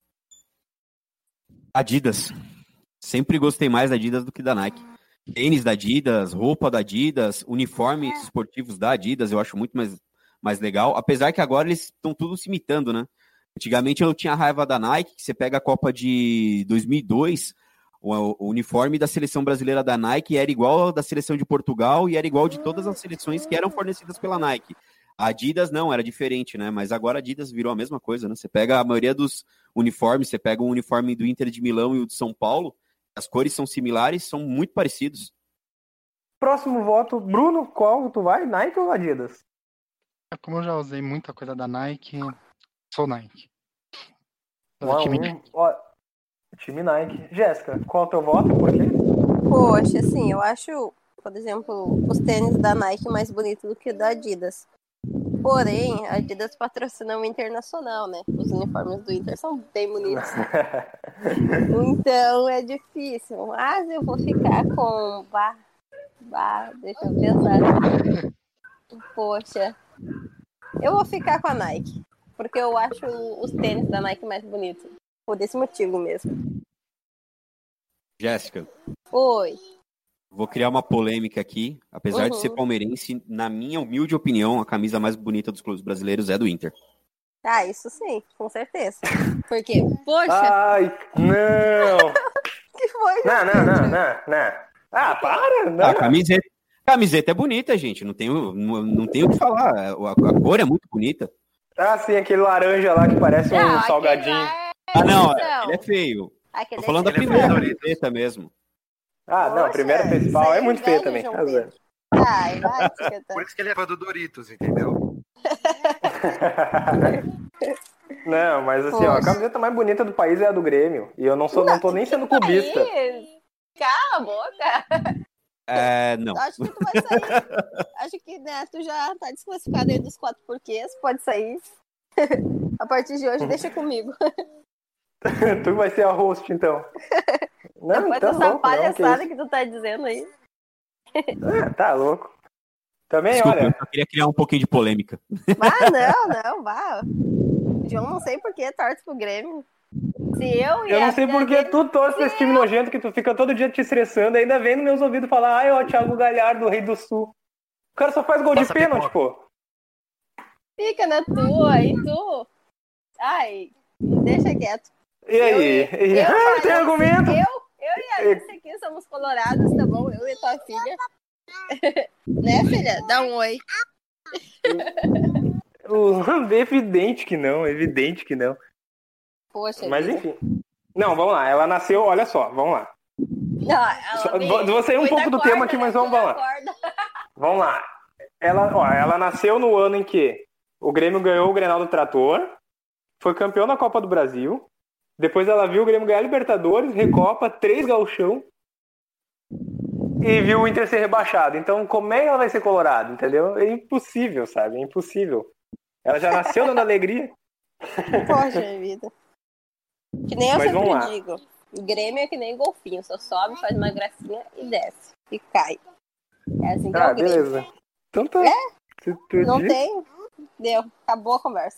Adidas. Sempre gostei mais da Adidas do que da Nike. Tênis da Adidas, roupa da Adidas, uniformes esportivos da Adidas, eu acho muito mais, mais legal. Apesar que agora eles estão tudo se imitando, né? Antigamente eu tinha raiva da Nike, que você pega a Copa de dois mil e dois, o, o uniforme da seleção brasileira da Nike era igual ao da seleção de Portugal e era igual de todas as seleções que eram fornecidas pela Nike. A Adidas não, era diferente, né? Mas agora a Adidas virou a mesma coisa, né? Você pega a maioria dos uniformes, você pega o uniforme do Inter de Milão e o de São Paulo, as cores são similares, são muito parecidos. Próximo voto, Bruno, qual tu vai? Nike ou Adidas? Como eu já usei muita coisa da Nike, sou Nike. Um, time um, Nike. ó, time Nike. Jéssica, qual é o teu voto? Por quê? Poxa, assim, eu acho, por exemplo, os tênis da Nike mais bonitos do que o da Adidas. Porém, a Adidas patrocina o Internacional, né? Os uniformes do Inter são bem bonitos. Então é difícil. Mas eu vou ficar com... Bah, bah, deixa eu pensar. Poxa. Eu vou ficar com a Nike. Porque eu acho os tênis da Nike mais bonitos. Por esse motivo mesmo. Jéssica. Oi. Vou criar uma polêmica aqui. Apesar Uhum. de ser palmeirense, na minha humilde opinião, a camisa mais bonita dos clubes brasileiros é do Inter. Ah, isso sim, com certeza. Porque, poxa... Ai, não! que foi, Não, não, não, não, não. Ah, para! Não. Ah, a camiseta, camiseta é bonita, gente. Não tenho, não, não tenho o que falar. A, a cor é muito bonita. Ah, sim, aquele laranja lá que parece um Não, aquele salgadinho. lá é- Ah, não, Então, ele é feio. aquele Tô falando da é Ele é primeira feio. camiseta mesmo. Ah, não, a Poxa, primeira isso principal aí é muito é feia inveja, também. João Tá Pedro. vendo? Ai, vai, tia, Por isso que ele é fã do Doritos, entendeu? Não, mas assim, ó, a Poxa. camiseta mais bonita do país é a do Grêmio. E eu não sou, não tô nem sendo clubista. Aí, cala a boca. É, não. Acho que tu vai sair. Acho que, né, tu já tá desclassificado aí dos quatro porquês. Pode sair. A partir de hoje, deixa comigo. Tu vai ser a host, então. Não, Depois tá dessa louco, palhaçada não, que, tu tá dizendo aí. que ah, tá louco. Também, Desculpa, eu olha, só queria criar um pouquinho de polêmica. Ah, não, não, vá. João, não sei por que torce pro Grêmio. Se eu e eu a não sei filha porque dele- tu torce pra esse time nojento que tu fica todo dia te estressando, ainda vem nos meus ouvidos falar, ai, ó, Thiago Galhardo, Rei do Sul. O cara só faz gol de Passa pênalti, pipoca. pô. Fica na tua, e tu... Ai, deixa quieto. E aí? Eu, E- eu, Ah, tem eu- argumento? Eu, eu e a Alice aqui somos colorados, tá bom? Eu e tua filha. Né, filha? Dá um oi. O- É evidente que não, evidente que não. Poxa Mas vida. enfim. Não, vamos lá. Ela nasceu, olha só, vamos lá. Não, ela Só- veio- vou- vou sair um foi pouco da do tema corda, aqui, mas né? vamos Foi da lá. corda. Vamos lá. Ela, ó, ela nasceu no ano em que o Grêmio ganhou o Grenal do Trator, foi campeão da Copa do Brasil, depois ela viu o Grêmio ganhar Libertadores, Recopa, três gauchão e viu o Inter ser rebaixado. Então, como é que ela vai ser colorado, entendeu? É impossível, sabe? É impossível. Ela já nasceu dando alegria. Poxa vida. Que nem eu Mas vamos sempre lá. digo. O Grêmio é que nem golfinho. Só sobe, faz uma gracinha e desce. E cai. É assim que é Ah, o Grêmio. beleza. Então tá. É? Se tu Não diz. tem? Deu. Acabou a conversa.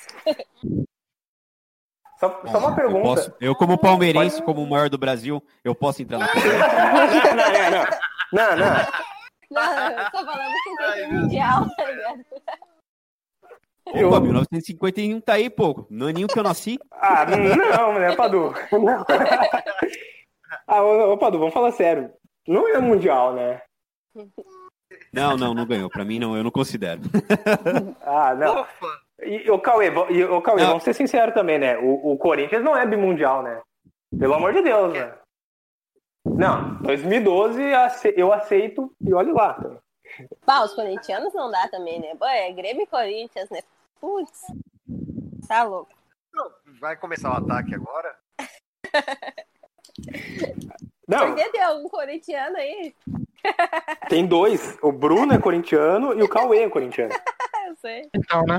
Só, só uma Eu, pergunta. posso- eu, como palmeirense, Pode- como o maior do Brasil, eu posso entrar na conversa. não, não, não. Não, não. Não, eu tô falando que tem mundial, tá ligado? Eu- Opa, mil novecentos e cinquenta e um tá aí, pô. No aninho que eu nasci. Ah, não, né, Padu? Não. Ah, ô, ô, Padu, vamos falar sério. Não é mundial, né? Não, não, não ganhou. Pra mim, não, eu não considero. Ah, não. Ufa! E o Cauê, vo- e, o Cauê Não. vamos ser sinceros também, né? O, o Corinthians não é bimundial, né? Pelo amor de Deus, né? Não, dois mil e doze ace- eu aceito e olhe lá. Pá, os corintianos não dá também, né? Pô, é Grêmio e Corinthians, né? Putz. Tá louco. Vai começar o ataque agora? Não, Por que tem algum corintiano aí? tem dois. O Bruno é corintiano e o Cauê é corintiano. Eu sei. Então, né?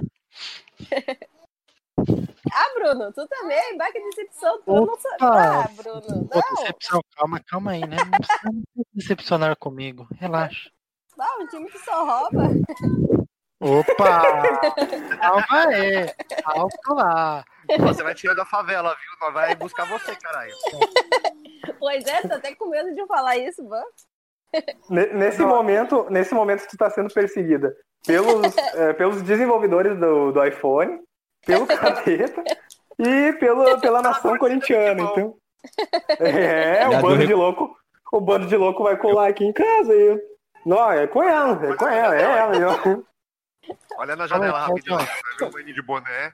Ah, Bruno, tu também? Bah, que decepção. Tu não sabe. Opa! Ah, Bruno. Pô, Não. decepção, calma, calma aí, né? Não precisa não decepcionar comigo. Relaxa. Ah, um time que só rouba. Opa! Calma aí. Calma lá. Você vai tirar da favela, viu? Nós vai buscar você, caralho. Pois é, tô até com medo de falar isso, mano. Ne- Nesse momento, nesse momento tu tá sendo perseguida pelos, eh, pelos desenvolvedores do, do iPhone, pelo Capeta e pelo, pela nação corintiana. Então, é, o Já bando deu de louco, o bando de louco vai colar aqui em casa e não, é com ela, é com ela, é ela. eu- Olha na janela Calma, rapidinho. calma. Vai ver o Manny de boné.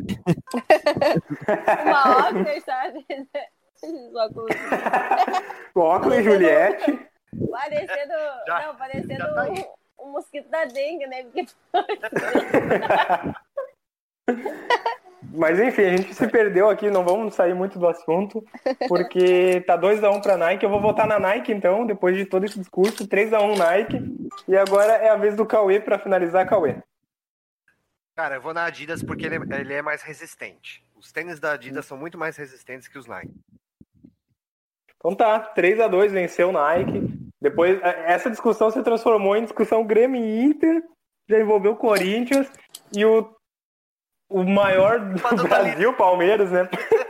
Uma óculos, sabe? Esses óculos. Óculos e Juliette. Parecendo. Já- não, parecendo já tá aí. um, um mosquito da dengue, né? Porque Mas enfim, a gente se perdeu aqui, não vamos sair muito do assunto, porque tá dois a um pra Nike, eu vou votar na Nike então, depois de todo esse discurso, três a um Nike, e agora é a vez do Cauê pra finalizar, Cauê. Cara, eu vou na Adidas porque ele é, ele é mais resistente. Os tênis da Adidas são muito mais resistentes que os Nike. Então tá, três a dois venceu o Nike, depois essa discussão se transformou em discussão Grêmio e Inter, já envolveu o Corinthians e o, o maior do Manda pra Brasil, Palmeiras, né?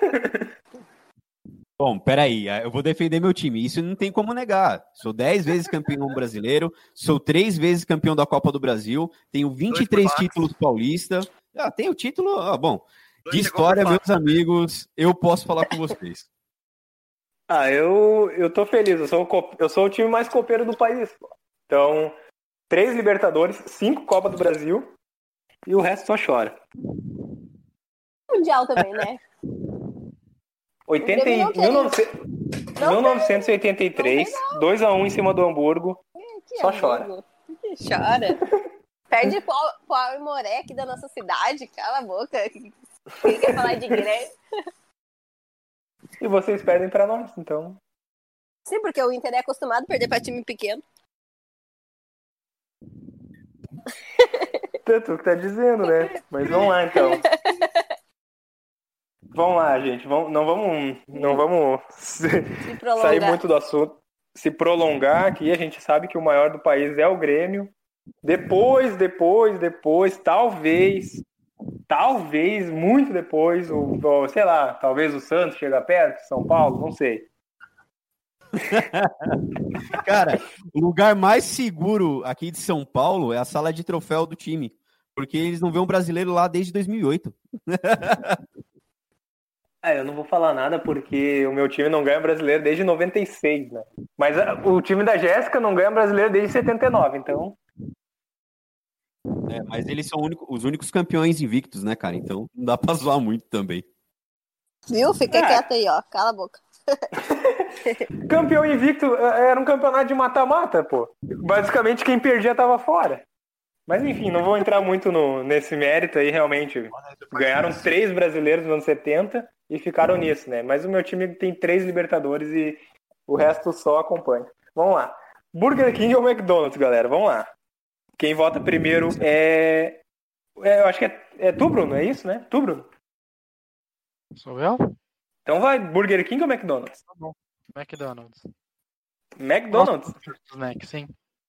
Bom, peraí, eu vou defender meu time. Isso não tem como negar. Sou dez vezes campeão brasileiro, sou três vezes campeão da Copa do Brasil, tenho vinte e três Dois por títulos paulista. Ah, tenho título, ah, bom. Dois De chegou história, por meus fácil. amigos, eu posso falar com vocês. Ah, eu, eu tô feliz, eu sou, o co- eu sou o time mais copeiro do país. Pô. Então, três Libertadores, cinco Copa do Brasil e o resto só chora. mundial também, né? oitenta e- Grêmio não tem. mil e novecentos Não mil novecentos e oitenta e três, dois a um em cima do Hamburgo. Que Só amigo. chora. Que chora. Perde pro pro Aimoré aqui da nossa cidade, cala a boca. Quem quer falar de Grêmio? E vocês perdem pra nós, então. Sim, porque o Inter é acostumado a perder pra time pequeno. Tanto que tá dizendo, né? Mas vamos lá, então. Vamos lá, gente. Vamos, não vamos, não vamos se- Se prolongar. sair muito do assunto. Se prolongar aqui, a gente sabe que o maior do país é o Grêmio. Depois, depois, depois, talvez, talvez, muito depois, o, o- sei lá, talvez o Santos chega perto, São Paulo, não sei. Cara, o lugar mais seguro aqui de São Paulo é a sala de troféu do time, porque eles não vêem um brasileiro lá desde dois mil e oito. É, eu não vou falar nada porque o meu time não ganha brasileiro desde noventa e seis, né? Mas a- o time da Jéssica não ganha brasileiro desde setenta e nove, então... É, mas eles são o único- os únicos campeões invictos, né, cara? Então não dá pra zoar muito também. Viu? Fica É. quieto aí, ó. Cala a boca. Campeão invicto era um campeonato de mata-mata, pô. Basicamente quem perdia tava fora. Mas enfim, não vou entrar muito no, nesse mérito aí, realmente. Ganharam três brasileiros nos anos setenta e ficaram nisso, né? Mas o meu time tem três Libertadores e o resto só acompanha. Vamos lá. Burger King ou McDonald's, galera? Vamos lá. Quem vota primeiro é... é eu acho que é, é tu, Bruno, é isso, né? Tu, Bruno? Sou eu? Então vai, Burger King ou McDonald's? Tá bom. McDonald's. McDonald's? Nossa, Mac, sim.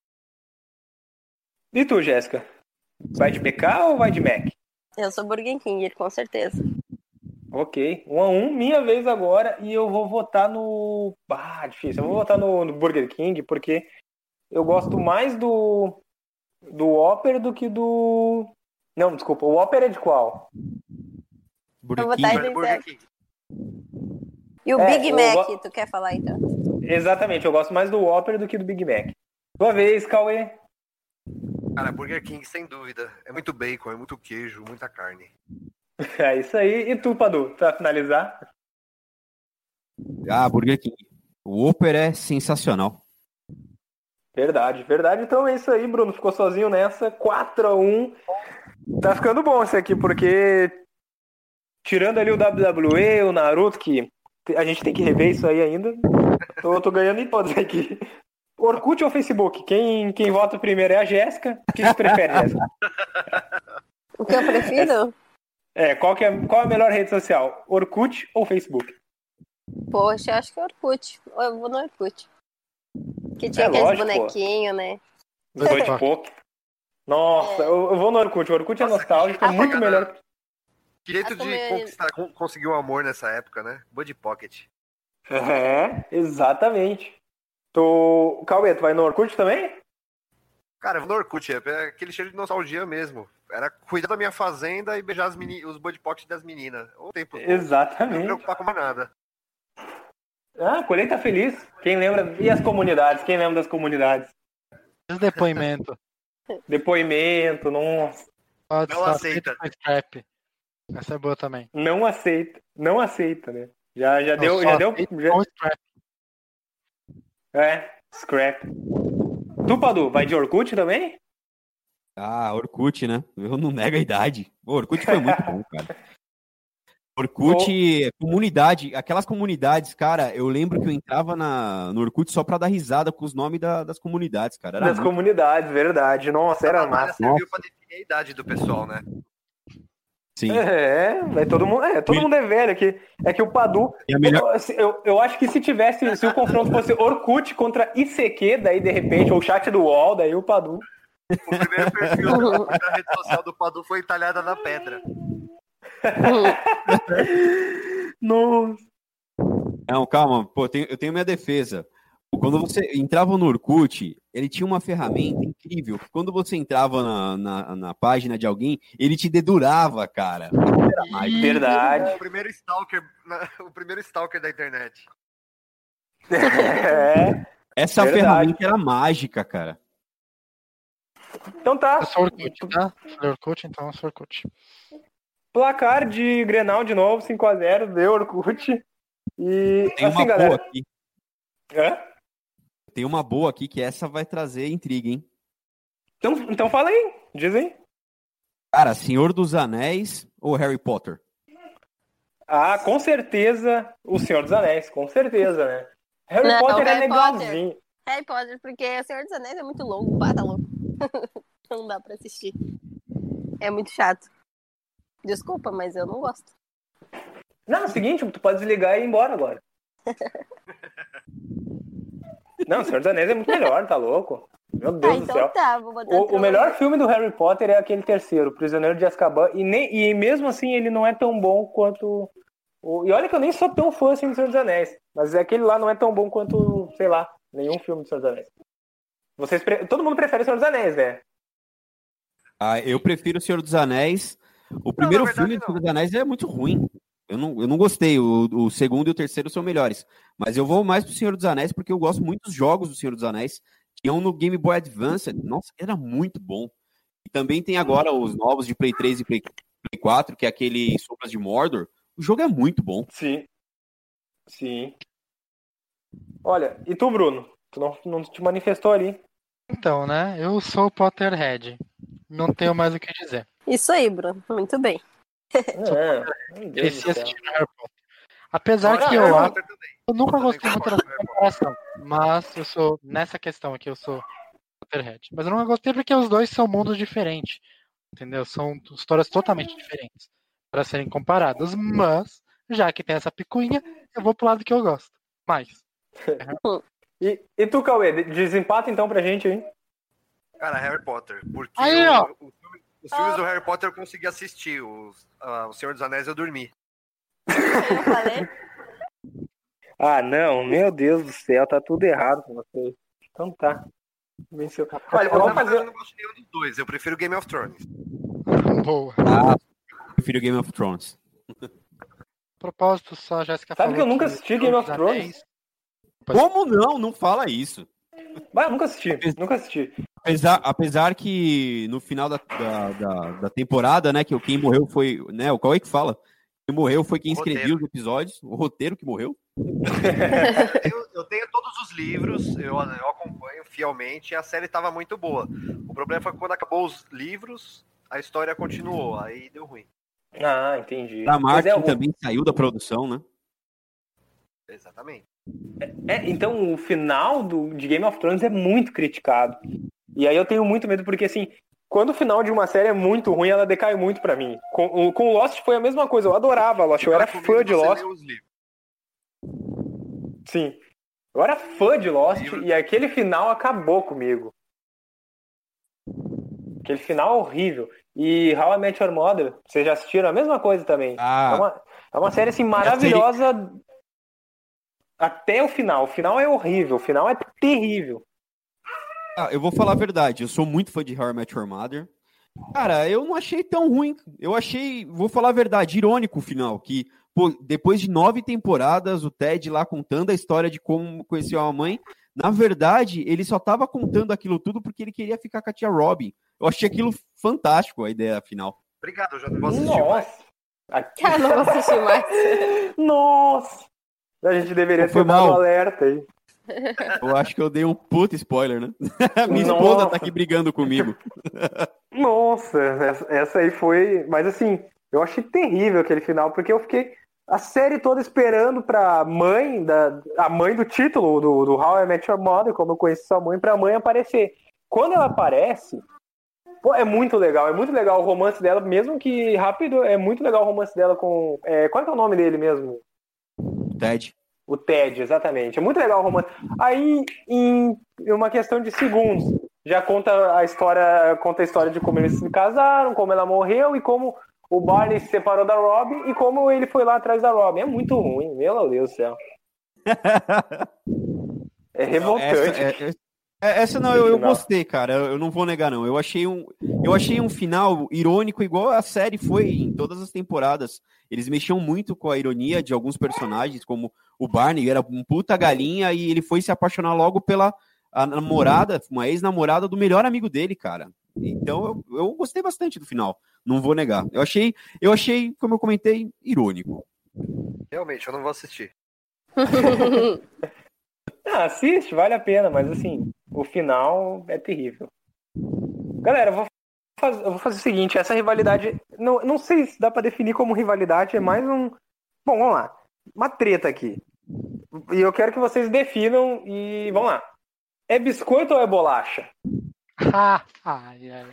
E tu, Jéssica? Vai de B K ou vai de Mac? Eu sou Burger King, com certeza. Ok, um a um, minha vez agora, e eu vou votar no... Ah, difícil, eu vou votar no, no Burger King, porque eu gosto mais do do Whopper do que do... Não, desculpa, o Whopper é de qual? Eu vou votar em Burger King. E o É, Big eu Mac, go- tu quer falar então? Exatamente, eu gosto mais do Whopper do que do Big Mac. Sua vez, Cauê. Cara, Burger King, sem dúvida. É muito bacon, é muito queijo, muita carne. É isso aí. E tu, Padu, pra finalizar? Ah, Burger King. O Whopper é sensacional. Verdade, verdade. Então é isso aí, Bruno. Ficou sozinho nessa. quatro a um. Tá ficando bom isso aqui, porque tirando ali o W W E, o Naruto, que a gente tem que rever isso aí ainda, tô, tô ganhando em todos aqui. Orkut ou Facebook? Quem, quem vota primeiro é a Jéssica. O que você prefere, Jéssica? O que eu prefiro? É, qual, que é, qual é a melhor rede social? Orkut ou Facebook? Poxa, eu acho que é Orkut. Eu vou no Orkut. Que tinha É aqueles lógico, bonequinhos, né? Buddy Poke. Nossa, É. eu, eu vou no Orkut. O Orkut é nostálgico, é Ah, muito como- melhor. Que jeito Ah, de também- conquistar, con- conseguir um amor nessa época, né? Buddy Pocket. É, exatamente. Tu, Cauê, tu vai no Orkut também? Cara, eu vou no Orkut, é aquele cheiro de nostalgia mesmo. Era cuidar da minha fazenda e beijar as meni- os Buddy Pocket das meninas. O tempo todo. Não me Exatamente. preocupar com mais nada. Ah, colheita feliz. Quem lembra? E as comunidades? Quem lembra das comunidades? Esse depoimento. Depoimento, nossa. Pode Não ser aceita. feito com scrap. Essa é boa também. Não aceita. Não aceita, né? Já, já Não, deu. só Já deu aceita já- com scrap. É, scrap. Tu, Padu, vai de Orkut também? Ah, Orkut, né? Eu não nego a idade. O Orkut foi muito bom, cara. Orkut, comunidade, aquelas comunidades, cara, eu lembro que eu entrava na, no Orkut só pra dar risada com os nomes da- das comunidades, cara. Era Das muito... comunidades, verdade. Nossa, era A batalha massa. serviu pra definir a idade do pessoal, né? Sim. É, é, todo mundo, é, todo mundo é velho aqui. É que o Padu. E a melhor- Eu, eu, eu acho que se tivesse, se o confronto fosse Orkut contra I C Q, daí de repente, ou o chat do U O L, daí o Padu. O primeiro perfil da, da rede social do Padu foi entalhada na pedra. Nossa. Não, calma, pô, tem- eu tenho minha defesa. Quando você entrava no Orkut, ele tinha uma ferramenta incrível. Quando você entrava na, na, na página de alguém, ele te dedurava, cara. Era mágico. Verdade. O primeiro stalker, na- o primeiro stalker da internet. É. Essa Verdade. ferramenta era mágica, cara. Então tá. Eu sou Orkut, tá? Falei Orkut, então eu sou Orkut. Placar de Grenal de novo, cinco a zero, deu Orkut. E Tem assim, uma galera. boa aqui. Hã? Tem uma boa aqui que essa vai trazer intriga, hein? Então, então fala aí, diz aí. Cara, Senhor dos Anéis ou Harry Potter? Ah, com certeza o Senhor dos Anéis, com certeza, né? Harry Não, Potter é Harry legalzinho. Harry Potter, porque O Senhor dos Anéis é muito longo, pá, tá louco. Não dá pra assistir. É muito chato. Desculpa, mas eu não gosto. Não, é o seguinte, tu pode desligar e ir embora agora. Não, o Senhor dos Anéis é muito melhor, tá louco? Meu Deus Ah, do então céu. tá, vou botar O, outro o melhor filme do Harry Potter é aquele terceiro, Prisioneiro de Azkaban, e, nem, e mesmo assim ele não é tão bom quanto... O, e olha que eu nem sou tão fã assim do Senhor dos Anéis, mas aquele lá não é tão bom quanto, sei lá, nenhum filme do Senhor dos Anéis. Vocês pre... Todo mundo prefere o Senhor dos Anéis, né? Ah, eu prefiro O Senhor dos Anéis. O primeiro na verdade, filme do não. Senhor dos Anéis é muito ruim. Eu não, eu não gostei. O, o segundo e o terceiro são melhores. Mas eu vou mais pro Senhor dos Anéis porque eu gosto muito dos jogos do Senhor dos Anéis. Tinham no Game Boy Advance. Nossa, era muito bom. E também tem agora os novos de Play três e Play, Play quatro, que é aquele Sombras de Mordor. O jogo é muito bom. Sim. Sim. Olha, e tu, Bruno? Tu não, não te manifestou ali. Então, né? Eu sou Potterhead. Não tenho mais o que dizer. Isso aí, Bruno. Muito bem. É, meu Deus do Cresci céu. assistindo Harry Potter. Apesar Ah, que Harry eu acho. Potter também. Eu nunca Eu gostei também muito concordo dessa com o Harry Potter. comparação. Mas eu sou. Nessa questão aqui, eu sou Potterhead. Mas eu nunca gostei porque os dois são mundos diferentes. Entendeu? São histórias totalmente diferentes para serem comparadas. Mas, já que tem essa picuinha, eu vou pro lado que eu gosto. Mais. E, e tu, Cauê, de- desempata então pra gente aí. Cara, Harry Potter. Porque Aí, o- ó. o filme- os filmes do Harry Potter eu consegui assistir. Os, ah, o Senhor dos Anéis eu dormi. Eu falei. Ah, não, meu Deus do céu, tá tudo errado com você. Então tá. Venceu. Olha, Eu, vamos na verdade, fazer. eu não gosto de nenhum dos dois. Eu prefiro Game of Thrones. Boa. Ah, eu prefiro Game of Thrones. Propósito, só a Jéssica Sabe falou que eu nunca assisti Game of Senhor dos Thrones? Anéis- Como não? Não fala isso. Mas eu nunca assisti, nunca assisti. Apesar, apesar que no final da, da, da, da temporada, né, que quem morreu foi, né, o qual é que fala? Quem morreu foi quem O escrevia roteiro. os episódios, o roteiro que morreu. Eu tenho, eu tenho todos os livros, eu, eu acompanho fielmente e a série tava muito boa. O problema foi que quando acabou os livros, a história continuou, aí deu ruim. Ah, entendi. A Mas Martin é, o- também saiu da produção, né? Exatamente. é, então o final do, de Game of Thrones é muito criticado. E aí eu tenho muito medo, porque assim, quando o final de uma série é muito ruim, ela decai muito pra mim. Com, o- com Lost foi a mesma coisa, eu adorava Lost, eu era Recomendo fã de você Lost. ler os livros. Sim. Eu era fã de Lost Livro. e aquele final acabou comigo. Aquele final horrível. E How I Met Your Mother, vocês já assistiram a mesma coisa também. Ah. É, uma, é uma série assim maravilhosa até o final. O final é horrível, o final é terrível. Ah, eu vou falar a verdade, eu sou muito fã de How I Met Your Mother. Cara, eu não achei tão ruim. Eu achei, vou falar a verdade, irônico o final, que pô, depois de nove temporadas, o Ted lá contando a história de como conheceu a mãe, na verdade, ele só tava contando aquilo tudo porque ele queria ficar com a tia Robin. Eu achei aquilo fantástico, a ideia final. Obrigado, eu já não vou assistir mais. Nossa! Aqui- Ah, não vou assistir mais. Nossa! A gente deveria Foi ter dado mal. alerta aí. Eu acho que eu dei um puta spoiler, né? Minha esposa Nossa. tá aqui brigando comigo. Nossa, essa, essa aí foi. Mas assim, eu achei terrível aquele final, porque eu fiquei a série toda esperando pra mãe, da, a mãe do título do, do How I Met Your Mother, como eu conheci sua mãe, pra mãe aparecer. Quando ela aparece, pô, é muito legal, é muito legal o romance dela, mesmo que rápido, é muito legal o romance dela com. É, qual é, que é o nome dele mesmo? O Ted. O Ted, exatamente. É muito legal o romance. Aí, em uma questão de segundos, já conta a história, conta a história de como eles se casaram, como ela morreu e como o Barney se separou da Robin e como ele foi lá atrás da Robin. É muito ruim, meu Deus do céu. É revoltante. Essa, é- é- é- essa não, eu, eu gostei, cara. Eu, eu não vou negar, não. Eu achei, um, eu achei um final irônico, igual a série foi em todas as temporadas. Eles mexiam muito com a ironia de alguns personagens, como o Barney, era um puta galinha e ele foi se apaixonar logo pela a namorada, uma ex-namorada do melhor amigo dele, cara. Então eu, eu gostei bastante do final, não vou negar. Eu achei, eu achei, como eu comentei, irônico. Realmente, eu não vou assistir. Ah, assiste, vale a pena, mas assim, o final é terrível. Galera, eu vou fazer, eu vou fazer o seguinte, essa rivalidade, não, não sei se dá pra definir como rivalidade, é mais um... Bom, vamos lá, uma treta aqui. E eu quero que vocês definam e vamos lá. É biscoito ou é bolacha? Ah, ai, ai.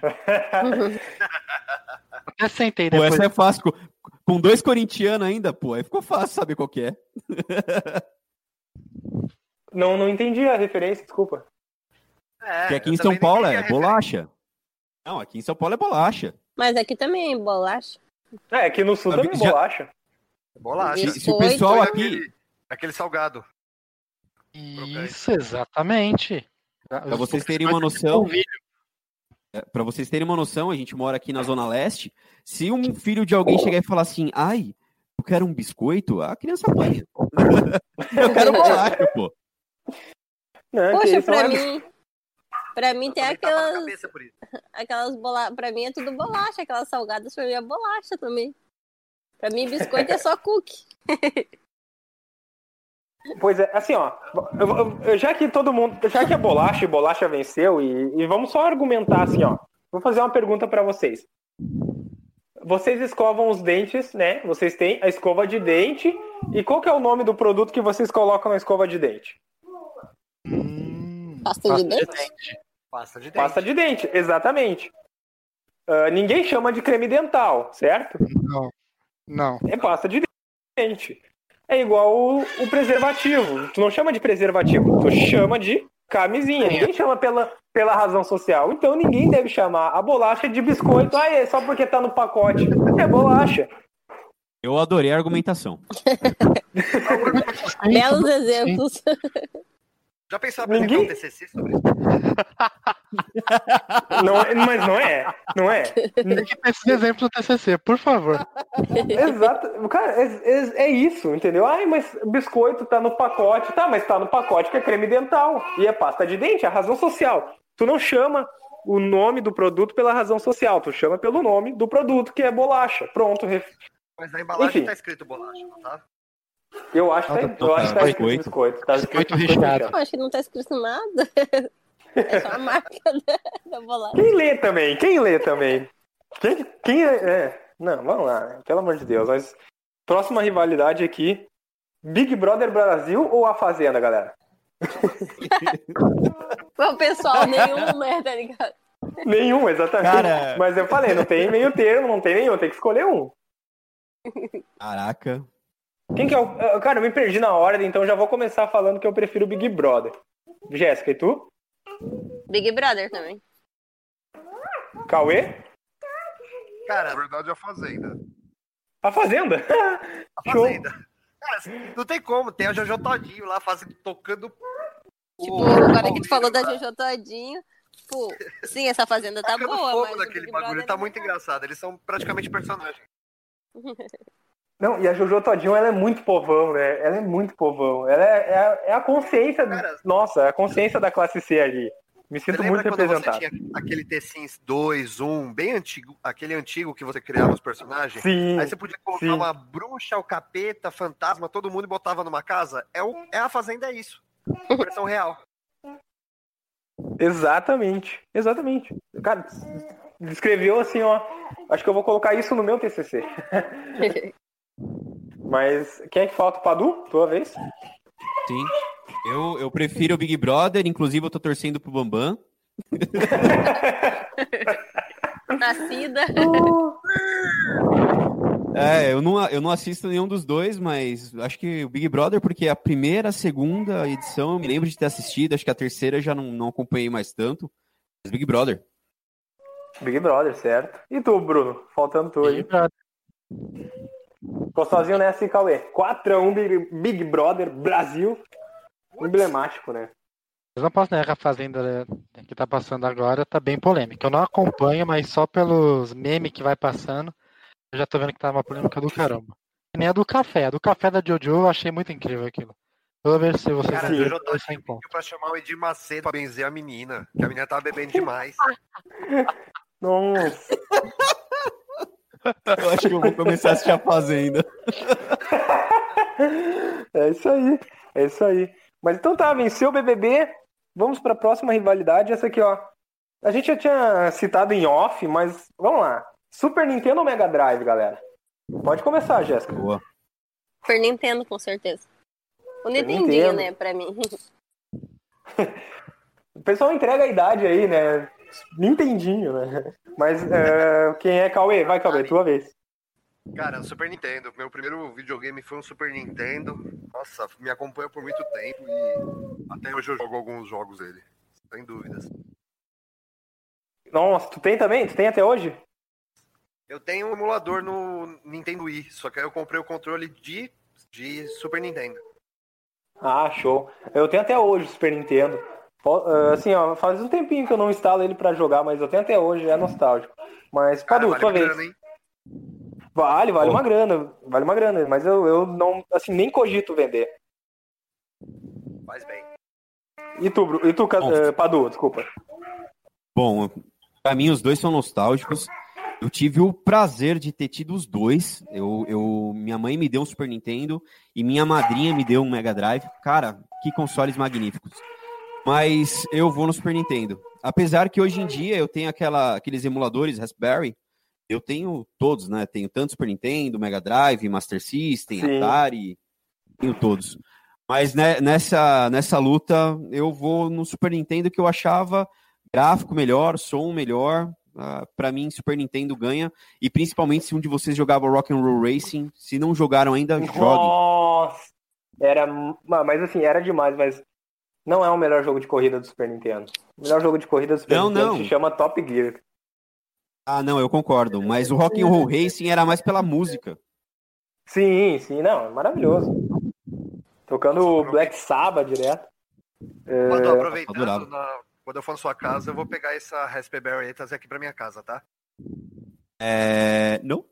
Até sentei Pô, depois. essa é fácil. Com, com dois corintianos ainda, pô, aí ficou fácil saber qual que é. Não, não entendi a referência, desculpa. É, Porque aqui eu em também São Paulo não é entendi a bolacha. Não, aqui em São Paulo é bolacha. Mas aqui também, bolacha. É, aqui no sul Já- também é já- bolacha. referência. Bolacha. Se, se o Biscoito. pessoal Foi aqui, Aquele, aquele salgado. Isso, exatamente. pra vocês terem uma noção, para vocês terem uma noção, a gente mora aqui na Zona Leste. Se um filho de alguém chegar e falar assim, ai, eu quero um biscoito, a criança apanha. Eu quero bolacha, pô. Não, que Poxa, isso não pra é mim. Pra mim tem Também tava na aquelas. cabeça por isso. Aquelas bolachas. Pra mim é tudo bolacha. Aquelas salgadas pra mim é bolacha também. Pra mim, biscoito é só cookie. Pois é, assim, ó, eu- eu- já que todo mundo, já que a bolacha e bolacha venceu, e, e vamos só argumentar assim, ó. Vou fazer uma pergunta pra vocês. Vocês escovam os dentes, né? Vocês têm a escova de dente. E qual que é o nome do produto que vocês colocam na escova de dente? Hum, Pasta de dente? Pasta de dente. Pasta de dente, exatamente. Ah, ninguém chama de creme dental, certo? Não, não. É pasta de dente. É igual o, o preservativo. Tu não chama de preservativo, tu chama de camisinha. Ninguém chama pela, pela razão social. Então ninguém deve chamar a bolacha de biscoito. Ah, é só porque tá no pacote. É bolacha. Eu adorei a argumentação. Belos exemplos. Já pensou em apresentar Ninguém- um T C C sobre isso? Não é- mas não é. Não é. Tem que ter esses exemplos do T C C, por favor. Exato. Cara, é, é- é isso, entendeu? Ai, mas biscoito tá no pacote. Tá, mas tá no pacote que é creme dental. E é pasta de dente, é a razão social. Tu não chama o nome do produto pela razão social. Tu chama pelo nome do produto, que é bolacha. Pronto. ref- Mas na embalagem Enfim. tá escrito bolacha, não tá? Eu acho que tá, eu acho que tá escrito Biscoito. biscoito. Tá escrito Biscoito recheado. Eu acho que não tá escrito nada. É só a marca da, da bolacha. Quem lê também? Quem lê também? Quem, quem é, é? Não, vamos lá, né? Pelo amor de Deus. Mas próxima rivalidade aqui: Big Brother Brasil ou A Fazenda, galera? O pessoal nenhum, né, tá ligado? Nenhum, exatamente. Cara- Mas eu falei, não tem meio termo, não tem nenhum, tem que escolher um. Caraca. Quem que é o. eh, Cara, eu me perdi na ordem, então já vou começar falando que eu prefiro o Big Brother. Jéssica, e tu? Big Brother também. Cauê? Cara, Na verdade, é a Fazenda. A Fazenda? a Show. Fazenda. Cara, não tem como, tem a Jojo Todinho lá fazendo, tocando. Tipo, o- agora que tu o- falou da Jojo Todinho, tipo, sim, essa fazenda tá tacando boa, fogo mas o naquele Big bagulho, Brother tá não muito engraçado. Eles são praticamente personagens. Não, e a Jojo Todinho, ela é muito povão, né? Ela é muito povão. Ela é, é a, é a consciência. Cara, Nossa, é a consciência da classe C ali. Me Você sinto lembra muito quando representado. você tinha aquele T-Sims dois, um, bem antigo, aquele antigo que você criava os personagens? Sim. Aí você podia colocar sim. uma bruxa, o capeta, fantasma, todo mundo e botava numa casa. É, o, é a Fazenda, é isso. Versão real. Exatamente. Exatamente. Cara, descreveu assim, ó. Acho que eu vou colocar isso no meu T C C. Mas quem é que falta? Padu? Tua vez? Sim. Eu, eu prefiro o Big Brother, inclusive eu tô torcendo pro Bambam. Nascida. É, eu não, eu não assisto nenhum dos dois, mas acho que o Big Brother, porque a primeira, a segunda edição eu me lembro de ter assistido, acho que a terceira já não, não acompanhei mais tanto. Mas Big Brother. Big Brother, certo. E tu, Bruno? Faltando tu aí. Big Brother. Tô sozinho nessa, hein, Cauê? quatro a um Big, Big Brother Brasil. Emblemático, né? Eu não posso negar que a Fazenda né, que tá passando agora tá bem polêmica. Eu não acompanho, mas só pelos memes que vai passando, eu já tô vendo que tá uma polêmica do caramba. E nem a do café. A do café da Jojo eu achei muito incrível aquilo. Vou ver se vocês Cara, vão a ver Jojo depois sem Todinho conta. pediu pra chamar o Edir Macedo pra benzer a menina, que a menina tava bebendo demais. Nossa. Eu acho que eu vou começar a assistir a Fazenda. É isso aí. É isso aí. Mas então tá, venceu o B B B. Vamos pra próxima rivalidade. Essa aqui, ó. A gente já tinha citado em off, mas vamos lá. Super Nintendo ou Mega Drive, galera? Pode começar, Jéssica. Boa. Por Nintendo, com certeza. O Nintendinho, Nintendo. né, pra mim. O pessoal entrega a idade aí, né? Nintendinho, né? Mas é, quem é Cauê? Vai, Cauê, tua vez. Cara, Super Nintendo. Meu primeiro videogame foi um Super Nintendo. Nossa, me acompanha por muito tempo e até hoje eu jogo alguns jogos dele. Sem dúvidas. Nossa, tu tem também? Tu tem até hoje? Eu tenho um emulador no Nintendo Wii, só que aí eu comprei o controle de, de Super Nintendo. Ah, show. Eu tenho até hoje o Super Nintendo. Po- ah, Assim, ó, faz um tempinho que eu não instalo ele pra jogar, mas eu tenho até hoje, é nostálgico. Mas, Cara, Padu, vale tua a vez. grana, hein? Vale, vale Pô. uma grana, vale uma grana, mas eu, eu não, assim, nem cogito vender. Faz bem. E tu, Bru- e tu Ca- Bom. eh, Padu, desculpa. Bom, pra mim os dois são nostálgicos. Eu tive o prazer de ter tido os dois. Eu, eu, minha mãe me deu um Super Nintendo e minha madrinha me deu um Mega Drive. Cara, que consoles magníficos. Mas eu vou no Super Nintendo. Apesar que hoje em dia eu tenho aquela, aqueles emuladores Raspberry. Eu tenho todos, né? Tenho tanto Super Nintendo, Mega Drive, Master System, Sim. Atari. Tenho todos. Mas né, nessa, nessa luta eu vou no Super Nintendo, que eu achava gráfico melhor, som melhor. Uh, para mim, Super Nintendo ganha. E principalmente se um de vocês jogava Rock'n'Roll Racing. Se não jogaram ainda, jogue. Nossa! Era, mas assim, era demais, mas não é o melhor jogo de corrida do Super Nintendo. O melhor jogo de corrida do Super Não, Nintendo não. se chama Top Gear. Ah, não, eu concordo. Mas o Rock'n'Roll Racing era mais pela música. Sim, sim, não, é maravilhoso. Tocando o Black Sabbath direto. Quando É... aproveitando, Adorava. na- quando eu for na sua casa, eu vou pegar essa Raspberry e trazer aqui pra minha casa, tá? É... Não?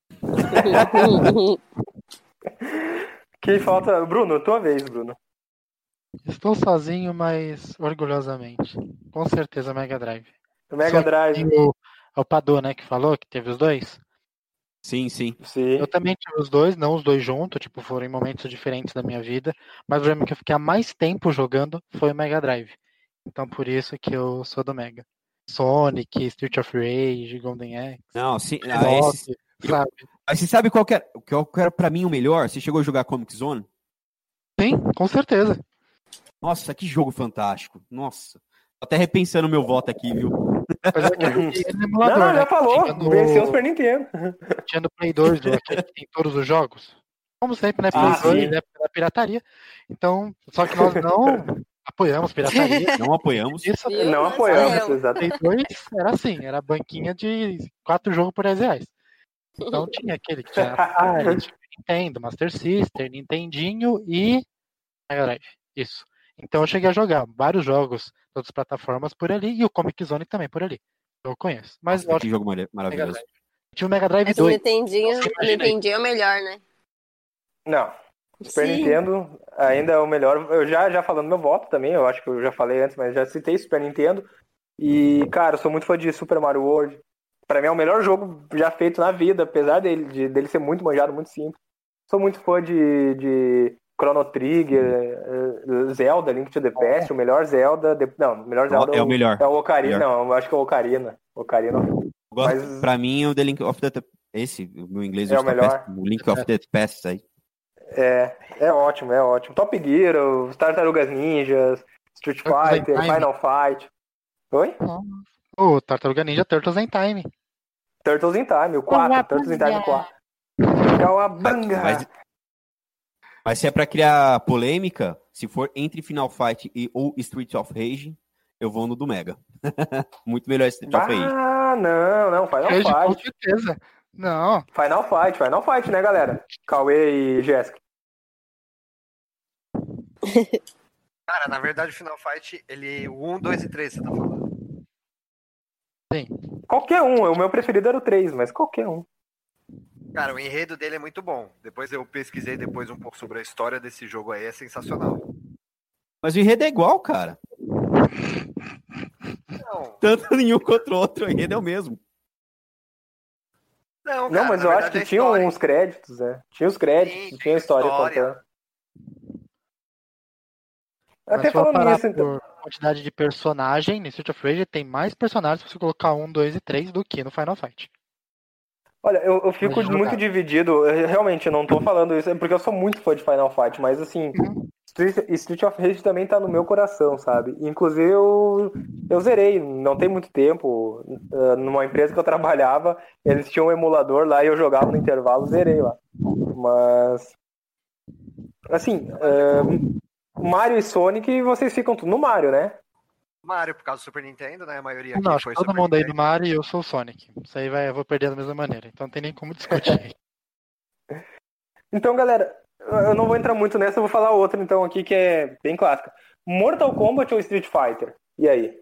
Que falta... Bruno, tua vez, Bruno. Estou sozinho, mas orgulhosamente. Com certeza Mega Drive. O Mega Só que Drive. tem o, é o Padu, né, que falou que teve os dois. Sim, sim. Sim. Eu também tive os dois, não os dois juntos, tipo, foram em momentos diferentes da minha vida. Mas o jogo que eu fiquei há mais tempo jogando foi o Mega Drive. Então por isso que eu sou do Mega. Sonic, Street of Rage, Golden Axe, Não, sim. Ah, Xbox, esses... sabe? Mas você sabe qual que era, qual que era pra mim o melhor? Você chegou a jogar Comic Zone? Sim, com certeza. Nossa, que jogo fantástico. Nossa. Tô até repensando meu voto aqui, viu? Mas é que eu joguei ele no Não, emulador, não, né? já falou. Tinha no- Venceu o Super Nintendo. Tinha no Play dois, do- aquele que tem todos os jogos. Como sempre, né? Play Ah, dois sim. é pela pirataria. Então, só que nós não apoiamos pirataria. Não apoiamos. Isso, Viu? Não Nós apoiamos, apoiamos. exato. Play dois era assim, era banquinha de quatro jogos por dez reais. Então tinha aquele que tinha Atari, tinha Nintendo, Master System, Nintendinho e Mega Drive. Isso. Então eu cheguei a jogar vários jogos de outras plataformas por ali e o Comic Zone também por ali. Eu conheço. Mas Nossa, que lógico, jogo mara- Mega maravilhoso. Drive. Tinha o Mega Drive Esse dois. Nintendinho, Você o imagina aí. Nintendinho é o melhor, né? Não. Super Sim. Nintendo ainda é o melhor. Eu já, já falando meu voto também, eu acho que eu já falei antes, mas já citei Super Nintendo. E, cara, eu sou muito fã de Super Mario World. Pra mim é o melhor jogo já feito na vida, apesar dele, de, dele ser muito manjado, muito simples. Sou muito fã de, de Chrono Trigger, eh, Zelda, Link to the Past, o melhor Zelda. De... Não, o melhor Zelda É o melhor. É o Ocarina. Melhor. Não, eu acho que é o Ocarina. Ocarina. Eu gosto- Mas- Pra mim, o The Link of the... Esse, o meu inglês É hoje o tá melhor. péssimo. O Link of the Past aí. É, é ótimo, é ótimo. Top Gear, os Tartarugas Ninjas, Street Turtles in Fighter, Time. Final Fight. Oi? O Tartaruga Ninja Turtles in Time. Turtles in Time, o quatro. Turtles in Time quatro. Cauabanga! Mas, mas se é pra criar polêmica, se for entre Final Fight e ou Street of Rage, eu vou no do Mega. Muito melhor Street of Rage. Ah, não, não, Final Rage, com Fight. certeza. Não, Final Fight, Final Fight, né, galera? Cauê e Jéssica. Cara, na verdade, o Final Fight, ele. O um, dois e três, você tá falando. sim. Qualquer um, o meu preferido era o três, mas qualquer um. Cara, o enredo dele é muito bom. Depois eu pesquisei depois um pouco sobre a história desse jogo aí, é sensacional. Mas o enredo é igual, cara. Não, Tanto nenhum contra o outro, o enredo é o mesmo. não, Não, cara, mas na eu acho verdade que é tinha história. uns créditos, né? Tinha os créditos, Sim, tinha a história, história. contando. Mas Até se for falando parar nisso, então. por quantidade de personagem, no Street of Rage tem mais personagens se você colocar um, dois e três do que no Final Fight. Olha, eu, eu fico Mas jogar. muito dividido. Eu, realmente, eu não tô falando isso, é porque eu sou muito fã de Final Fight, mas assim, Uhum. Street, Street of Rage também tá no meu coração, sabe? Inclusive, eu, eu zerei, não tem muito tempo, uh, numa empresa que eu trabalhava, eles tinham um emulador lá e eu jogava no intervalo, zerei lá. Mas, assim, uh, Mario e Sonic, vocês ficam tudo no Mario, né? Mario, por causa do Super Nintendo, né? A maioria aqui Não, acho foi que todo Super mundo aí Nintendo. no Mario e eu sou o Sonic. Isso aí vai, eu vou perder da mesma maneira. Então não tem nem como discutir. Então, galera, eu não vou entrar muito nessa, eu vou falar outra então aqui que é bem clássica. Mortal Kombat ou Street Fighter? E aí?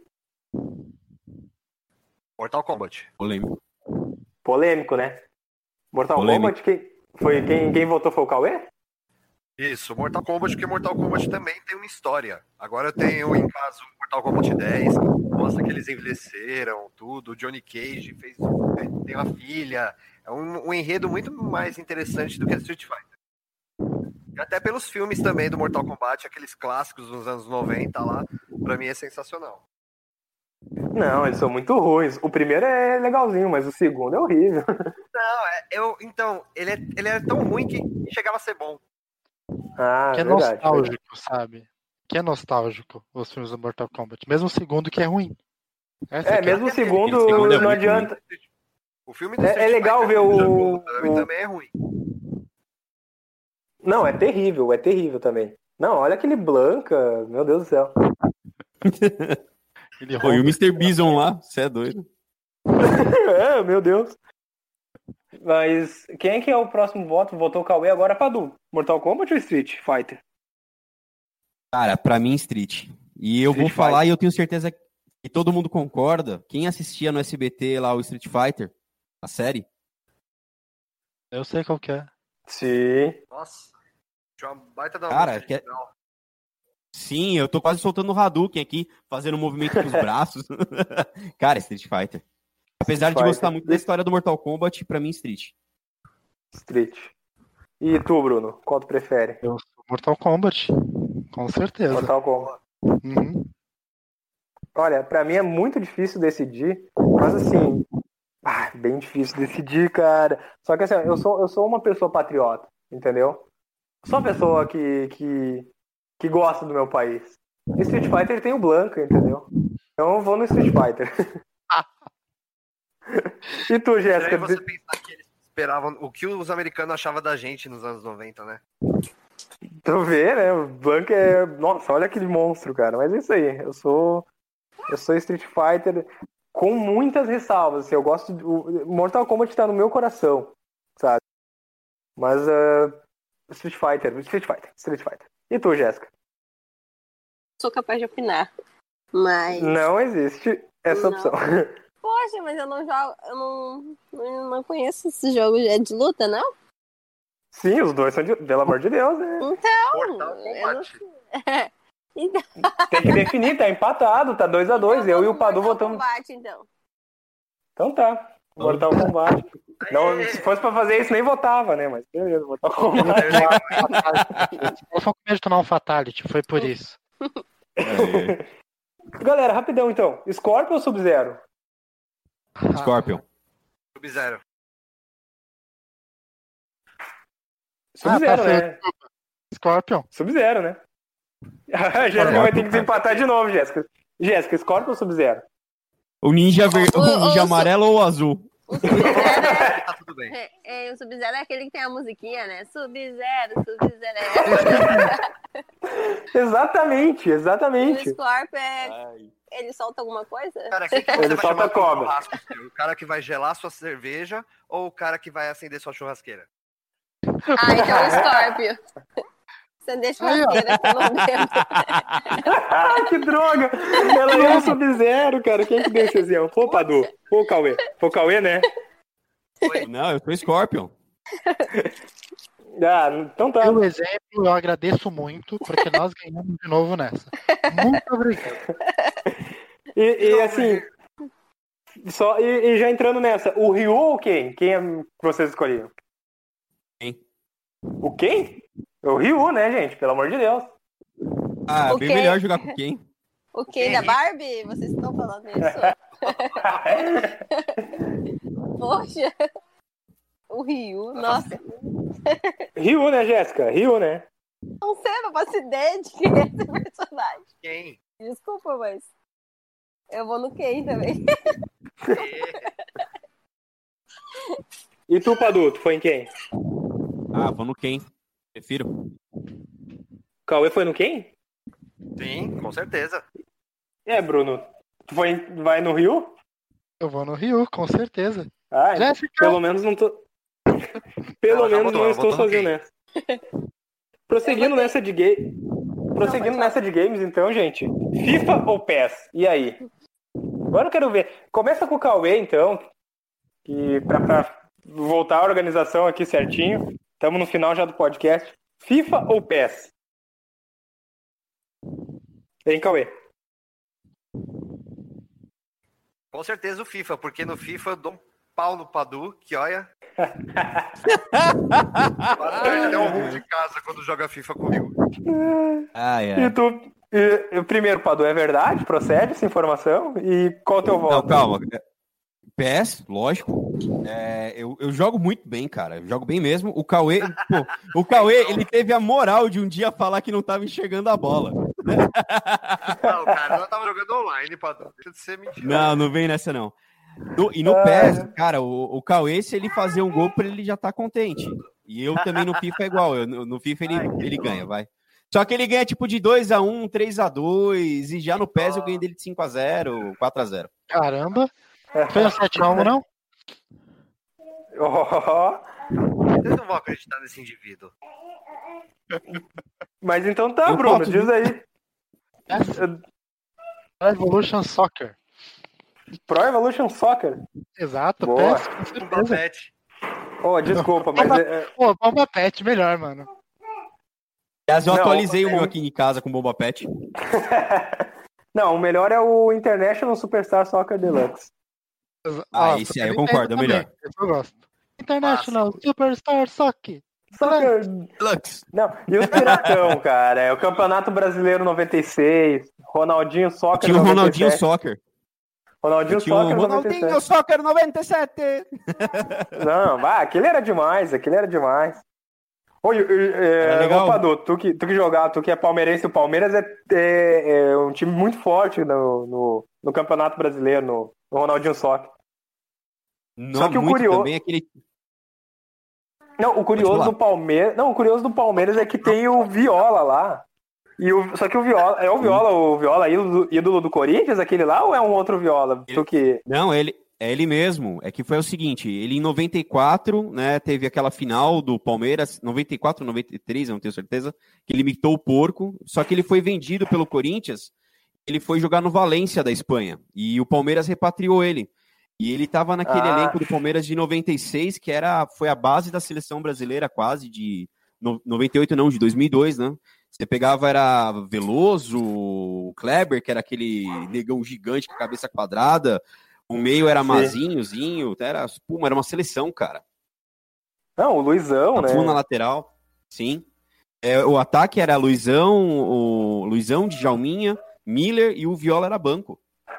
Mortal Kombat. Polêmico. Polêmico, né? Mortal Polêmico. Kombat, quem, foi, quem, quem votou foi o Cauê? Isso, Mortal Kombat, porque Mortal Kombat também tem uma história. Agora eu tenho em casa o Mortal Kombat dez, mostra que eles envelheceram, tudo. O Johnny Cage fez, tem uma filha. É um, um enredo muito mais interessante do que a Street Fighter. E até pelos filmes também do Mortal Kombat, aqueles clássicos dos anos noventa lá, pra mim é sensacional. Não, eles são muito ruins. O primeiro é legalzinho, mas o segundo é horrível. Não, é, eu, então, ele é, ele é tão ruim que chegava a ser bom. Ah, Que é verdade, nostálgico, verdade. sabe? Que é nostálgico os filmes do Mortal Kombat. Mesmo o segundo que é ruim. Essa É, que mesmo o segundo, Aquele segundo é não muito adianta. O filme do É- é Street legal Fighter, ver o- Jungle também, o- também é ruim. Não, é terrível, é terrível também. Não, olha aquele Blanca, meu Deus do céu. Ele Pô, e o rouba. mister Bison lá, você é doido. É, meu Deus. Mas quem é que é o próximo voto? Votou o Cauê agora, Padu. Mortal Kombat ou Street Fighter? Cara, pra mim, Street. E eu Street vou falar Fighter. e eu tenho certeza que todo mundo concorda. Quem assistia no S B T lá o Street Fighter, a série, Eu sei qual que é. Sim. Nossa, tinha uma baita da Cara, música que é- original. sim, eu tô quase soltando o Hadouken aqui, fazendo um movimento com os braços. Cara, Street Fighter. Apesar Street de gostar Fighter. muito da história do Mortal Kombat, pra mim, Street. Street. E tu, Bruno? Qual tu prefere? Eu sou Mortal Kombat. Com certeza. Mortal Kombat. Uhum. Olha, pra mim é muito difícil decidir, mas assim, ah, bem difícil decidir, cara. Só que assim, eu sou, eu sou uma pessoa patriota, entendeu? Sou uma pessoa que, que, que gosta do meu país. Street Fighter tem o Blanca, entendeu? Então eu vou no Street Fighter. E tu, E aí Jéssica? você pensar que eles esperavam o que os americanos achavam da gente nos anos noventa, né? Tu vê, né? O Blanca é. Nossa, olha aquele monstro, cara. Mas é isso aí. Eu sou. Eu sou Street Fighter com muitas ressalvas. Assim, eu gosto. De... o Mortal Kombat tá no meu coração, sabe? Mas. Uh... Street Fighter, Street Fighter, Street Fighter. E tu, Jéssica? Sou capaz de opinar. Mas. Não existe essa Não. opção. Poxa, mas eu não jogo. Eu não, não, não conheço esse jogo. É de luta, não? Sim, os dois são de. Pelo amor de Deus, né? Mortal eu Kombat. É. Então, Tem que definir, tá empatado, tá dois a dois. Eu, vou e o no Padu Mortal votamos. Kombat, então. Então tá. Mortal Kombat. Não, se fosse pra fazer isso, nem votava, né? Mas beleza, Mortal Kombat. Eu só com medo de tomar um Fatality, foi por isso. É, Galera, rapidão então. Scorpion ou Sub-Zero? Scorpion. Sub-Zero. Sub-Zero, Ah, tá, né? Scorpion. Sub-Zero, né? A Jéssica vai ter que desempatar de novo, Jéssica. Jéssica, Scorpion ou Sub-Zero? O ninja, ver... O- o o- ninja o- amarelo ou o azul? O Sub-Zero é, Tá tudo bem. é, é, o Sub-Zero é aquele que tem a musiquinha, né? Sub-Zero, Sub-Zero. É. Exatamente, O exatamente. Scorpion é. Ele solta alguma coisa? Cara, quem que você Ele vai solta chamar pro cobra. churrasco seu? O cara que vai gelar sua cerveja ou o cara que vai acender sua churrasqueira? Ah, então o Scorpion. Você deixa Aí, ó. churrasqueira que eu não bebo. Ah, que droga! Ela é um Sub-Zero, cara. Quem que deu esse exemplo? Pô, Padu. Pô, Cauê. Pô, Cauê, né? Não, eu sou Scorpion. Ah, então tá. Pelo exemplo, eu agradeço muito, porque nós ganhamos de novo nessa. Muito obrigado. E, e, assim, só, e, e já entrando nessa, o Ryu ou quem? Quem é que vocês escolheram? Quem? O quem? O Ryu, né, gente? Pelo amor de Deus. Ah, O bem quê? melhor jogar com quem? O que da Barbie? Vocês estão falando isso? Poxa. O Ryu, nossa. Ryu, né, Jéssica? Ryu, né? Não sei, não faço ideia de quem é esse personagem. Quem? Desculpa, mas. Eu vou no Ken também. E tu, Padu, tu foi em quem? Ah, vou no quem. Prefiro. Cauê foi no quem? Sim, com certeza. É, Bruno. Tu foi em- vai no Ryu? Eu vou no Rio, com certeza. Ah, Jéssica, pelo menos não tô. Pelo Ela já menos botou, não ela estou botou no sozinho quem? nessa. Prosseguindo nessa de game. Prosseguindo nessa de games, então, gente. FIFA ou P E S? E aí? Agora eu quero ver. Começa com o Cauê, então. Que pra, pra voltar a organização aqui certinho. Estamos no final já do podcast. FIFA ou P E S? Hein, Cauê? Com certeza o FIFA, porque no FIFA eu dou um pau no Padu, que olha. Ele é um ruim de casa quando joga FIFA comigo. Ah, é. E tu, e, e, primeiro, Padu, é verdade? Procede essa informação? E qual é o teu voto? Não, calma. P E S, lógico. É, eu, eu jogo muito bem, cara. Eu jogo bem mesmo. O Cauê, pô, o Cauê, ele teve a moral de um dia falar que não tava enxergando a bola. Não, cara, eu tava jogando online, Padu. Deixa de ser mentira. Não, não vem nessa, não. No, e no P E S, cara, o, o Cauê, se ele fazer um gol pra ele, ele já tá contente. E eu também no FIFA é igual. Eu, no, no FIFA ele, Ai, ele ganha, vai. Só que ele ganha tipo de dois a um, três a dois, e já no P E S eu ganhei dele de cinco a zero, quatro a zero. Caramba. Foi um sete a um, não? Oh, Vocês não vão acreditar nesse indivíduo. mas então tá, Eu Bruno, voto, diz aí. Pro Evolution Soccer. Pro Evolution Soccer? Exato, Boa. P E S, com Um certeza. babete. Oh, desculpa, mas... Bomba, é- pô, Bomba Pet, melhor, mano. Aliás, eu Não, atualizei o meu o- aqui em casa com Bomba Pet. Não, o melhor é o International Superstar Soccer Deluxe. Ah, Ó, esse Super aí eu Nintendo concordo, é o também, melhor. esse eu gosto. International Superstar Soccer. Soccer... Lux. Não, e os piratão, cara? É o Campeonato Brasileiro noventa e seis, Ronaldinho Soccer Tinha o noventa e Ronaldinho sete. Soccer. Ronaldinho Tinha o Soccer noventa e Ronaldinho sete. Soccer noventa e sete. Não, ah, aquele era demais, aquele era demais. Oi, Era é, legal. ô, Padu, tu que, tu que jogar, tu que é palmeirense, o Palmeiras é, é, é um time muito forte no, no, no Campeonato Brasileiro, no, no Ronaldinho Soccer. Não, Só que o muito curioso- também aquele... Não, o curioso falar. do Palmeiras. Não, o curioso do Palmeiras é que tem o Viola lá. E o, só que o Viola. É o Viola, o Viola ídolo, ídolo do Corinthians, aquele lá, ou é um outro Viola? Tu que. Não, ele, é ele mesmo. É que foi o seguinte, ele em noventa e quatro, né, teve aquela final do Palmeiras, noventa e quatro, noventa e três, eu não tenho certeza, que ele imitou o porco, só que ele foi vendido pelo Corinthians, ele foi jogar no Valência da Espanha, e o Palmeiras repatriou ele. E ele estava naquele Ah. elenco do Palmeiras de noventa e seis, que era, foi a base da seleção brasileira quase, de no- noventa e oito não, de dois mil e dois, né? Você pegava, era Veloso, o Kleber, que era aquele negão gigante com a cabeça quadrada, o meio era Sim. Mazinhozinho, era, puma, era uma seleção, cara. Não, o Luizão, né? Cafu na lateral, sim. É, o ataque era Luizão, o Luizão, Djalminha, Miller e o Viola era banco.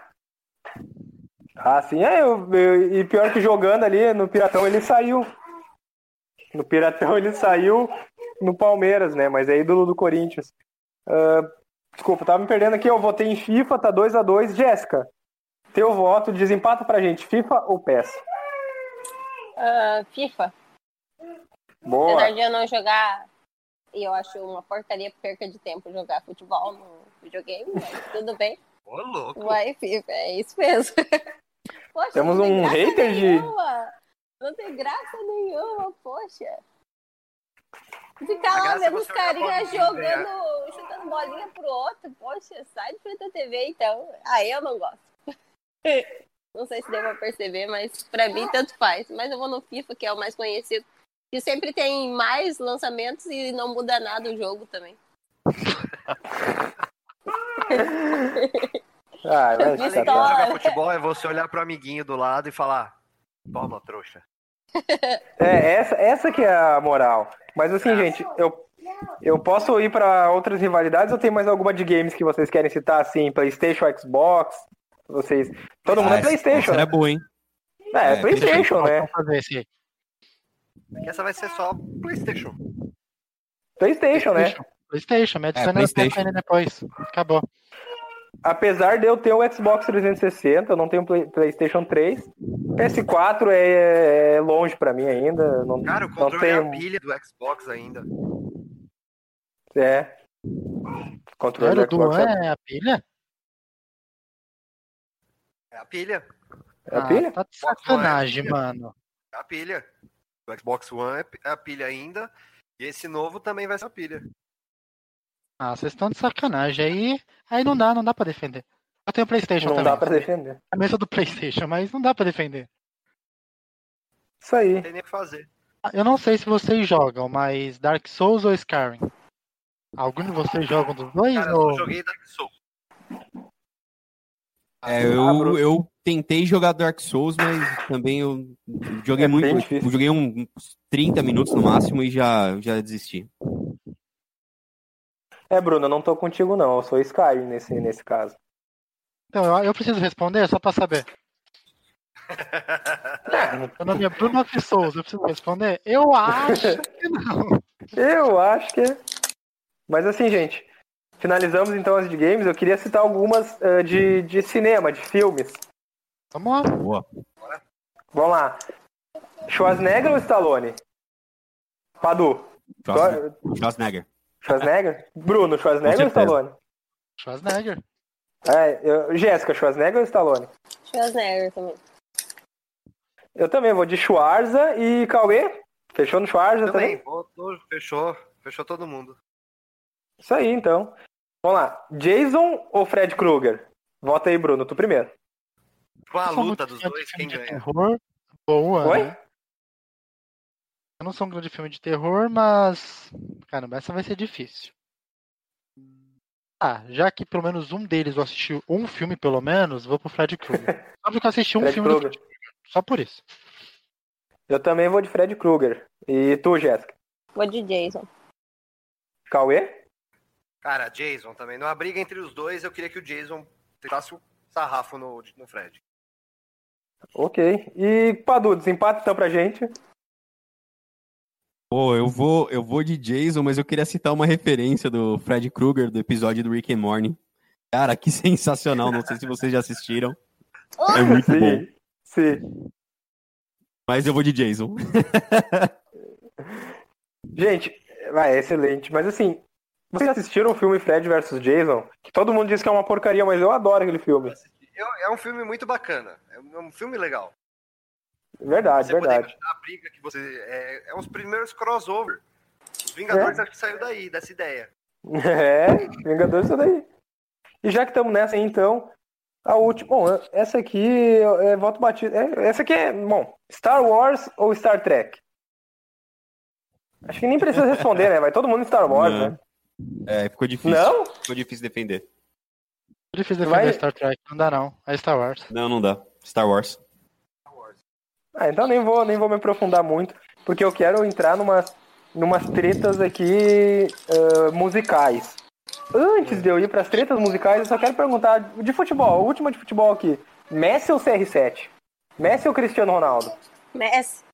Ah, sim, é. Eu, eu- e pior que jogando ali no Piratão ele saiu. No Piratão ele saiu no Palmeiras, né? Mas é ídolo do Corinthians. Ah, desculpa, tava me perdendo aqui. Eu votei em FIFA, tá dois a dois. Jéssica, teu voto, desempata pra gente. FIFA ou P E S? Ah, FIFA. Boa. Apesar de eu não jogar, e eu acho uma porcaria perca de tempo jogar futebol no videogame, mas tudo bem. Ô, louco. Vai, FIFA, é isso mesmo. Poxa, Temos não tem um graça hater de- nenhuma. Não tem graça nenhuma, poxa. Ficar A lá graça é vendo os você olhar pra carinhas alguém, jogando, chutando bolinha pro outro. Poxa, sai de frente da T V então. Aí eu não gosto. Não sei se deu pra perceber, mas pra mim tanto faz. Mas eu vou no FIFA, que é o mais conhecido. Que sempre tem mais lançamentos e não muda nada o jogo também. Ah, vai Vitória. ficar Além de tá. jogar futebol, é você olhar pro amiguinho do lado e falar: toma, trouxa. É, essa, essa que é a moral. Mas assim, gente, eu, eu posso ir pra outras rivalidades ou tem mais alguma de games que vocês querem citar, assim, PlayStation, Xbox? Vocês. Todo mundo é PlayStation, Era né? boa, hein? É, é é, PlayStation, né? Vamos fazer esse aí. Que essa vai ser só PlayStation. PlayStation, né? PlayStation, me adiciona É, no PlayStation. P S N depois. Acabou. Apesar de eu ter o Xbox trezentos e sessenta, eu não tenho Play- PlayStation três. P S quatro é, é longe pra mim ainda. Não, Cara, o não controle é tenho. a pilha do Xbox ainda. É. Controle Sério, do do Xbox. One é a pilha? É a pilha. É a pilha? Ah, tá de sacanagem, mano. É a pilha. O Xbox One é pi- é a pilha ainda. E esse novo também vai ser a pilha. Ah, vocês estão de sacanagem. Aí, aí não dá, não dá pra defender. Eu tenho PlayStation Não também. dá pra defender. A mesa do PlayStation, mas não dá pra defender. Isso aí. Não tem nem o que fazer. Eu não sei se vocês jogam, mas Dark Souls ou Skyrim? Algum de vocês jogam dos dois? Cara, eu ou... só joguei Dark Souls. É, eu, eu tentei jogar Dark Souls, mas também eu joguei É muito. bem Tipo, difícil. joguei uns trinta minutos no máximo e já, já desisti. É, Bruno, eu não tô contigo não, eu sou Skyrim nesse, nesse caso. Então, eu, eu preciso responder só pra saber. Meu nome é Bruno F. Souza, eu preciso responder? Eu acho que não. Eu acho que é. Mas assim, gente, finalizamos então as de games. Eu queria citar algumas uh, de, de cinema, de filmes. Vamos lá. Boa. Vamos lá. Schwarzenegger ou Stallone? Padu. Schwarzenegger. Schwarzenegger. Schwarzenegger? Bruno, Schwarzenegger ou certeza. Stallone? Schwarzenegger. É, eu- Jéssica, Schwarzenegger ou Stallone? Schwarzenegger também. Eu também vou de Schwarza e Cauê. Fechou no Schwarza Também, também? voltou, fechou. Fechou todo mundo. Isso aí, então. Vamos lá. Jason ou Fred Krueger? Vota aí, Bruno, tu primeiro. Com a Eu sou luta muito dos fã de dois, filme quem de ganha? terror. Boa, Oi? né? Eu não sou um grande filme de terror, mas... Caramba, essa vai ser difícil. Ah, já que pelo menos um deles eu assisti um filme, pelo menos, vou pro Fred Krueger. Só porque eu assisti um Fred filme do Krueger. Fred Krueger. Só por isso. Eu também vou de Fred Krueger. E tu, Jéssica? Vou de Jason. Cauê? Cara, Jason também. Numa briga entre os dois, eu queria que o Jason tirasse o sarrafo no, no Fred. Ok. E Padu, desempate então pra gente. Pô, eu vou, eu vou de Jason, mas eu queria citar uma referência do Fred Krueger, do episódio do Rick and Morty. Cara, que sensacional. Não sei se vocês já assistiram. É muito sim, bom. sim. Mas eu vou de Jason. Gente, vai, é excelente. Mas assim, vocês assistiram o filme Fred versus Jason? Que todo mundo diz que é uma porcaria, mas eu adoro aquele filme. Eu- é um filme muito bacana. É um, é um filme legal. Verdade, Você poder verdade. imaginar a briga que você... É, é uns primeiros crossover. Os Vingadores É. acho que saiu daí, dessa ideia. É, Vingadores isso daí. E já que estamos nessa aí, então, a última. Bom, essa aqui é, é voto batido. É, essa aqui é, bom, Star Wars ou Star Trek? Acho que nem precisa responder, né? Vai todo mundo em Star Wars, Não. né? É, ficou difícil. Não? Ficou difícil defender. É difícil defender Vai- Star Trek. Não dá, não. É Star Wars. Não, não dá. Star Wars. Ah, então nem vou, nem vou me aprofundar muito, porque eu quero entrar numas, numas tretas aqui ah, musicais. Antes de eu ir pras tretas musicais, eu só quero perguntar de futebol, a última de futebol aqui. Messi ou C R sete? Messi ou Cristiano Ronaldo? Messi.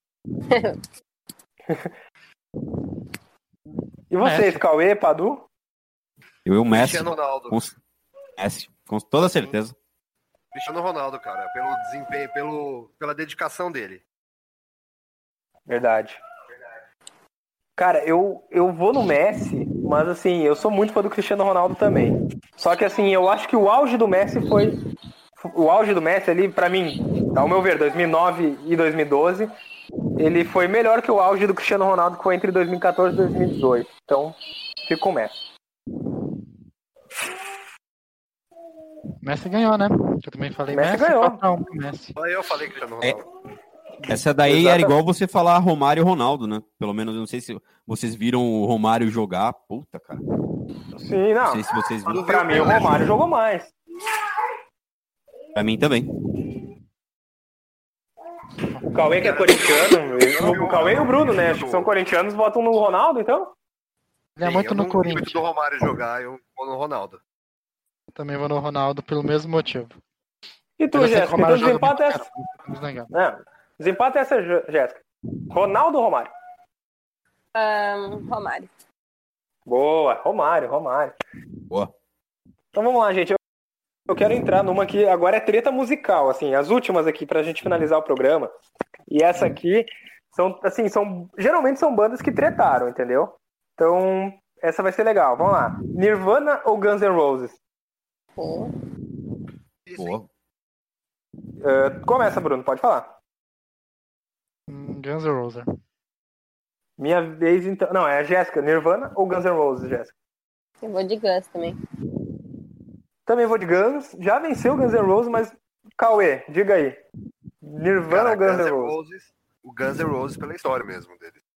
E vocês, Messi. Cauê, Padu? Eu e o Messi. Cristiano Ronaldo. Com, Messi, com toda certeza. Cristiano Ronaldo, cara. Pelo desempenho, pelo, pela dedicação dele. Verdade. Cara, eu, eu vou no Messi, mas assim, eu sou muito fã do Cristiano Ronaldo também. Só que assim, eu acho que o auge do Messi foi... O auge do Messi ali, pra mim, ao meu ver, dois mil e nove e dois mil e doze, ele foi melhor que o auge do Cristiano Ronaldo, que foi entre dois mil e quatorze e dois mil e dezoito. Então, fico com o Messi. Messi ganhou, né? Eu também falei Messi Messi. ganhou. quatro a um pro Messi. Só eu falei Cristiano É. Ronaldo. Essa daí Exatamente. era igual você falar Romário e Ronaldo, né? Pelo menos, eu não sei se vocês viram o Romário jogar. Puta, cara. Sim, Não não. sei se vocês viram. Pra mim, o Romário jogou mais. Pra mim também. O Cauê que é corintiano, o Cauê e o Bruno, né? Acho que são corintianos, votam no Ronaldo, então? Ele é Sim, muito eu no não vi muito Corinthians. do Romário jogar, eu vou no Ronaldo. Eu também vou no Ronaldo pelo mesmo motivo. E tu, Eu sei que o Jéssica? Romário Então joga desempata muito, essa. cara, vamos negar. Não, desempata essa, Jéssica. Ronaldo ou Romário? Ahn, Romário. Boa, Romário, Romário. Boa. Então vamos lá, gente. Eu, eu quero entrar numa que agora é treta musical, assim, as últimas aqui pra gente finalizar o programa. E essa aqui são, assim, são geralmente são bandas que tretaram, entendeu? Então, essa vai ser legal. Vamos lá. Nirvana ou Guns N' Roses? Pô. Isso, Boa. Uh, começa, Bruno, pode falar. Hum, Guns N' Roses. Minha vez, então. Não, é a Jéssica. Nirvana ou Guns N' Roses, Jéssica? Eu vou de Gus também. Também vou de Guns. Já venceu o Guns N' Roses, mas Cauê, diga aí. Nirvana Cara, ou Guns Guns N' N' Roses? Roses, o Guns N' Roses pela história mesmo deles.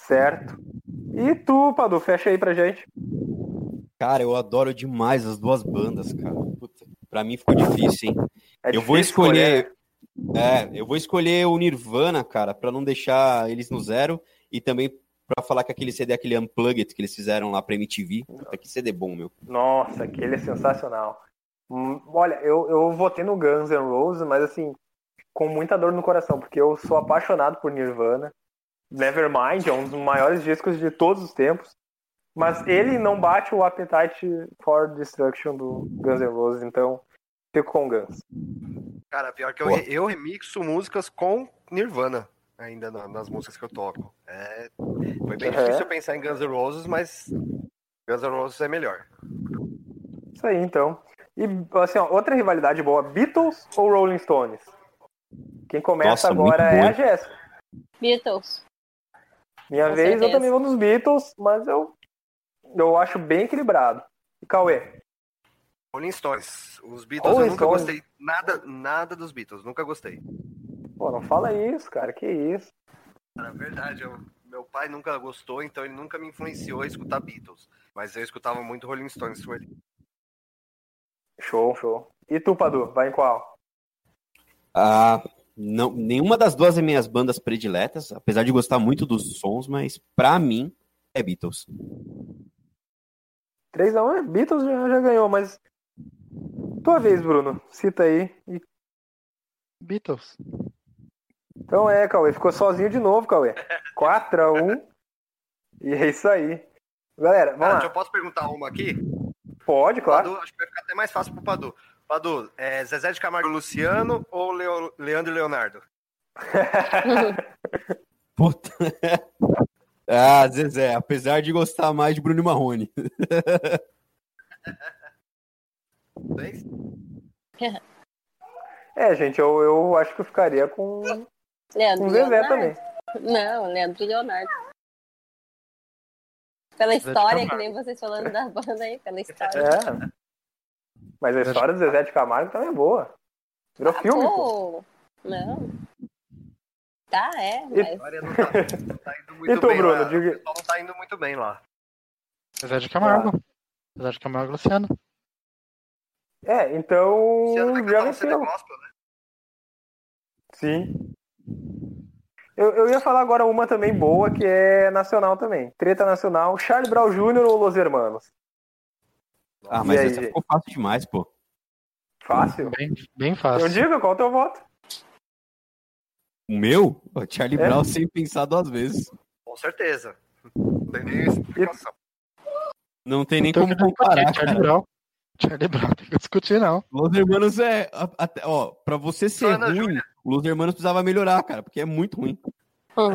Certo. E tu, Padu, fecha aí pra gente. Cara, eu adoro demais as duas bandas, cara. Puta, pra mim ficou difícil, hein? É eu vou difícil escolher... É, eu vou escolher o Nirvana, cara, pra não deixar eles no zero e também pra falar que aquele C D, aquele Unplugged que eles fizeram lá pra M T V. Puta, que C D bom, meu. Nossa, aquele é sensacional. Hum, Olha, eu, eu votei no Guns N' Roses, mas assim, com muita dor no coração, porque eu sou apaixonado por Nirvana. Nevermind é um dos maiores discos de todos os tempos. Mas ele não bate o Appetite for Destruction do Guns N' Roses, então fico com o Guns. Cara, pior que eu, re- eu remixo músicas com Nirvana, ainda na- nas músicas que eu toco. É, foi bem Uhum. difícil eu pensar em Guns N' Roses, mas Guns N' Roses é melhor. Isso aí, então. E, assim, ó, outra rivalidade boa, Beatles ou Rolling Stones? Quem começa Nossa, agora muito é boa, a Jéssica. Beatles. Minha Com vez, certeza. eu também vou nos Beatles, mas eu, eu acho bem equilibrado. E Cauê? Rolling Stones. Os Beatles Rolling eu nunca Stones. gostei nada, nada dos Beatles, nunca gostei. Pô, não fala isso, cara, que isso. Na verdade, eu- meu pai nunca gostou, então ele nunca me influenciou a escutar Beatles. Mas eu escutava muito Rolling Stones com ele. Show, show. E tu, Padu, vai em qual? Ah, não, nenhuma das duas é minhas bandas prediletas, apesar de gostar muito dos sons, mas pra mim é Beatles. três a um, é, Beatles já, já ganhou, mas... Tua vez, Bruno. Cita aí. E- Beatles. Então é, Cauê. Ficou sozinho de novo, Cauê. quatro a um. E é isso aí. Galera, vamos Cara, lá. eu posso perguntar uma aqui? Pode, claro. Padu, acho que vai ficar até mais fácil pro Padu. Padu, é Zezé de Camargo e Luciano ou Leo- Leandro e Leonardo? Puta. Ah, Zezé, apesar de gostar mais de Bruno e Marrone. Seis? É, gente, eu, eu acho que eu ficaria com, Leandro com e Zezé Leonardo. também. Não, Leandro e Leonardo. Pela Zezé de história, que Camargo. nem vocês falando da banda aí, pela história. É. Mas a história do Zezé de Camargo também é boa. Virou Ah, filme, pô. pô. Não. Tá, é, E- mas. A história não tá, não tá indo muito E tu, bem Bruno, lá. diga- O pessoal não tá indo muito bem lá. Zezé de Camargo. Zezé de Camargo e Luciano. É, então Luciano vai já cantar um C D venceu. gospel, né? Sim. Eu, eu ia falar agora uma também boa, que é nacional também. Treta nacional, Charlie Brown Júnior ou Los Hermanos? Ah, mas E aí, essa gente? ficou fácil demais, pô. Fácil? Bem, bem Então fácil. diga, qual é o teu voto? O meu? O Charlie É? Brown sem pensar duas vezes. Com certeza. Não tem nem explicação. Não tem nem Então, como que discutir, comparar, Charlie cara. Brown. Charlie Brown, tem que discutir, não. Los Hermanos é... a- Até, ó, pra você ser Ana ruim, Júlia. o Los Hermanos precisava melhorar, cara, porque é muito ruim. Hum.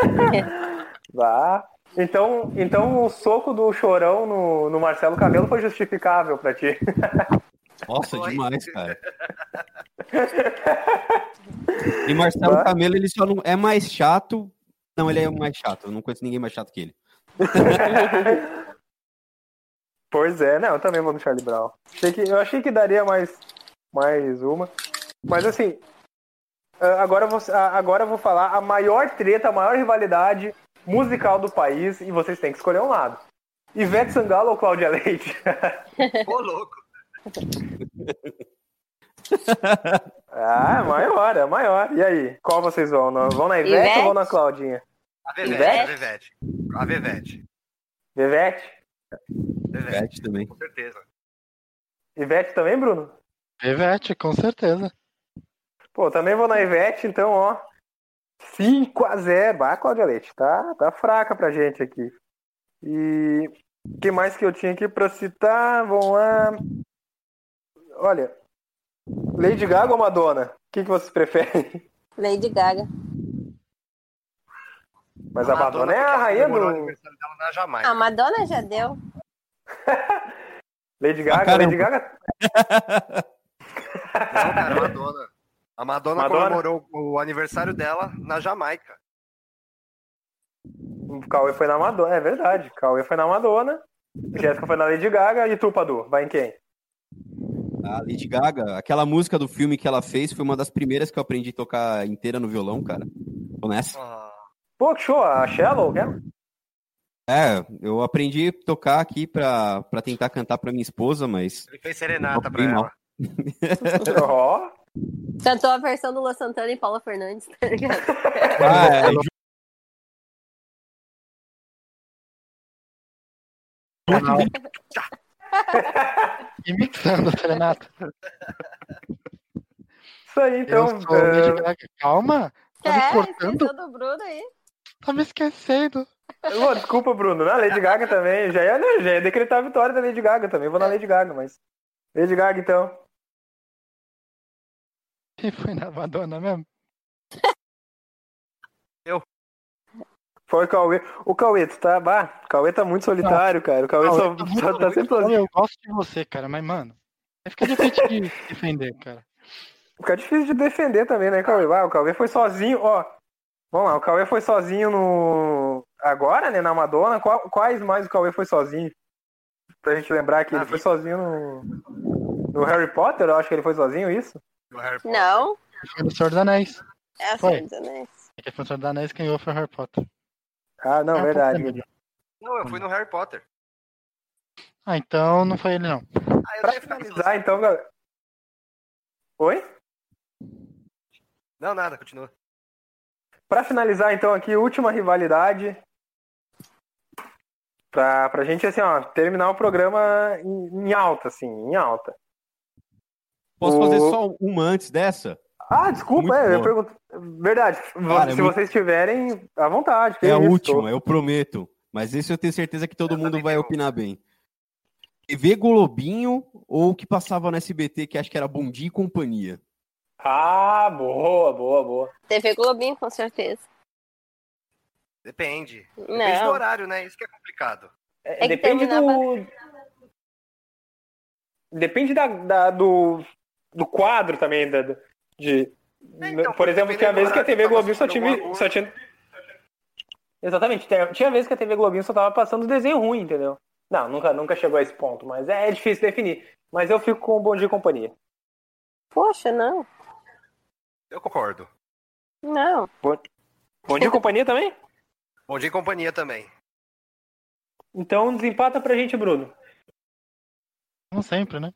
Vá. Então, então o soco do Chorão no, no Marcelo Camelo foi justificável pra ti. Nossa, Foi. demais, cara. E Marcelo Vai. Camelo, ele só não é mais chato. Não, ele é o mais chato. Eu não conheço ninguém mais chato que ele. Pois é, não, eu também vou no Charlie Brown. Achei que, eu achei que daria mais, mais uma. Mas assim, ah, agora eu, vou, ah, agora eu vou falar a maior treta, a maior rivalidade musical do país e vocês têm que escolher um lado. Ivete Sangalo ou Cláudia Leite? Ô, louco. Ah, é maior, é maior. E aí, qual vocês vão? No- Vão na Ivete, Ivete? ou vão na Claudinha? A Vevete, Ivete? a Vevete. A Vevete. Ivete? Vevete, Ivete também. com certeza. Ivete também, Bruno? Ivete, com certeza. Pô, também vou na Ivete, então, ó. cinco a zero. Ah, Cláudia Leite, tá, tá fraca pra gente aqui. E o que mais que eu tinha aqui pra citar? Vamos lá. Olha, Lady Gaga ou Madonna? O que, que vocês preferem? Lady Gaga. Mas a, Madonna, é a rainha comemorou o do... aniversário dela na Jamaica. A Madonna já deu. Lady Gaga, caramba. Lady Gaga... Não, cara, a Madonna. A Madonna, Madonna? comemorou o aniversário dela na Jamaica. O Cauê foi na Madonna, é verdade. Cauê foi na Madonna, Jéssica foi na Lady Gaga e tu, Padu, vai em quem? A Lady Gaga, aquela música do filme que ela fez foi uma das primeiras que eu aprendi a tocar inteira no violão, cara. Tô nessa. Ah, Pô, que show, a Shallow, né? É, eu aprendi a tocar aqui pra, pra tentar cantar pra minha esposa, mas... Ele fez serenata Ó, pra bem ela. Ó, Cantou a versão do Luan Santana e Paula Fernandes, tá ligado? Ah, é, E mixando, Renato. isso aí, então. Eu sou Lady eh, Gaga. Calma, tá me É, cortando? esqueceu do Bruno aí. Tá me esquecendo. Pô, desculpa, Bruno. Na Lady Gaga também. Já ia, né, já ia decretar a vitória da Lady Gaga também. Vou na Lady Gaga, mas. Lady Gaga, então. Quem foi na Madonna mesmo? Foi o Cauê. O Cauê, tu tá. Bah, o Cauê tá muito solitário, cara. O Cauê Não, só, eu tô muito- só tá muito sempre falando, sozinho. Eu gosto de você, cara, mas, mano, vai ficar difícil de defender, cara. Fica difícil de defender também, né, Cauê? Ah, o Cauê foi sozinho, ó. Vamos lá, o Cauê foi sozinho no. Agora, né, na Madonna. Qual- Quais mais o Cauê foi sozinho? Pra gente lembrar que ele foi sozinho no. No Harry Potter, eu acho que ele foi sozinho, isso? Do Harry Potter. Não, Foi do Senhor dos Anéis. é Foi. assim, dos Anéis. É que o Senhor dos Anéis ganhou foi o Harry Potter. Ah, não, Harry verdade. Potter é melhor. Não, eu fui no Harry Potter. Ah, então não foi ele, não. Ah, eu Pra sei ficar finalizar, então, galera. Oi? Não, nada, continua. Pra finalizar, então, aqui, última rivalidade. Pra, pra gente, assim, ó, terminar o programa em, em alta, assim, em alta. Posso O- fazer só uma antes dessa? Ah, desculpa, Muito é, eu boa. pergunto. Verdade, Cara, é se muito- vocês tiverem, à vontade. que É a isso, última, tô- eu prometo. Mas esse eu tenho certeza que todo Eu mundo também vai tenho. opinar bem. T V Globinho ou o que passava no S B T, que acho que era Bom Dia e Companhia? Ah, boa, boa, boa. T V Globinho, com certeza. Depende. Depende do Não, horário, né? Isso que é complicado. É, É que depende do. Depende da, da- do, do quadro também. Da, da- de, É, então, por exemplo, dependendo tinha do vezes que a horário T V que tava Globinho só assistindo tinha, alguma só tinha. Exatamente, tinha, tinha vezes que a T V Globinho só tava passando desenho ruim, entendeu? Não, nunca, nunca chegou a esse ponto, mas é, é difícil definir. Mas eu fico com o Bom Dia e Companhia. poxa, não. Eu concordo. Não. Bom Dia e Companhia também? Bom Dia e Companhia também. Então desempata pra gente, Bruno. Como sempre, né?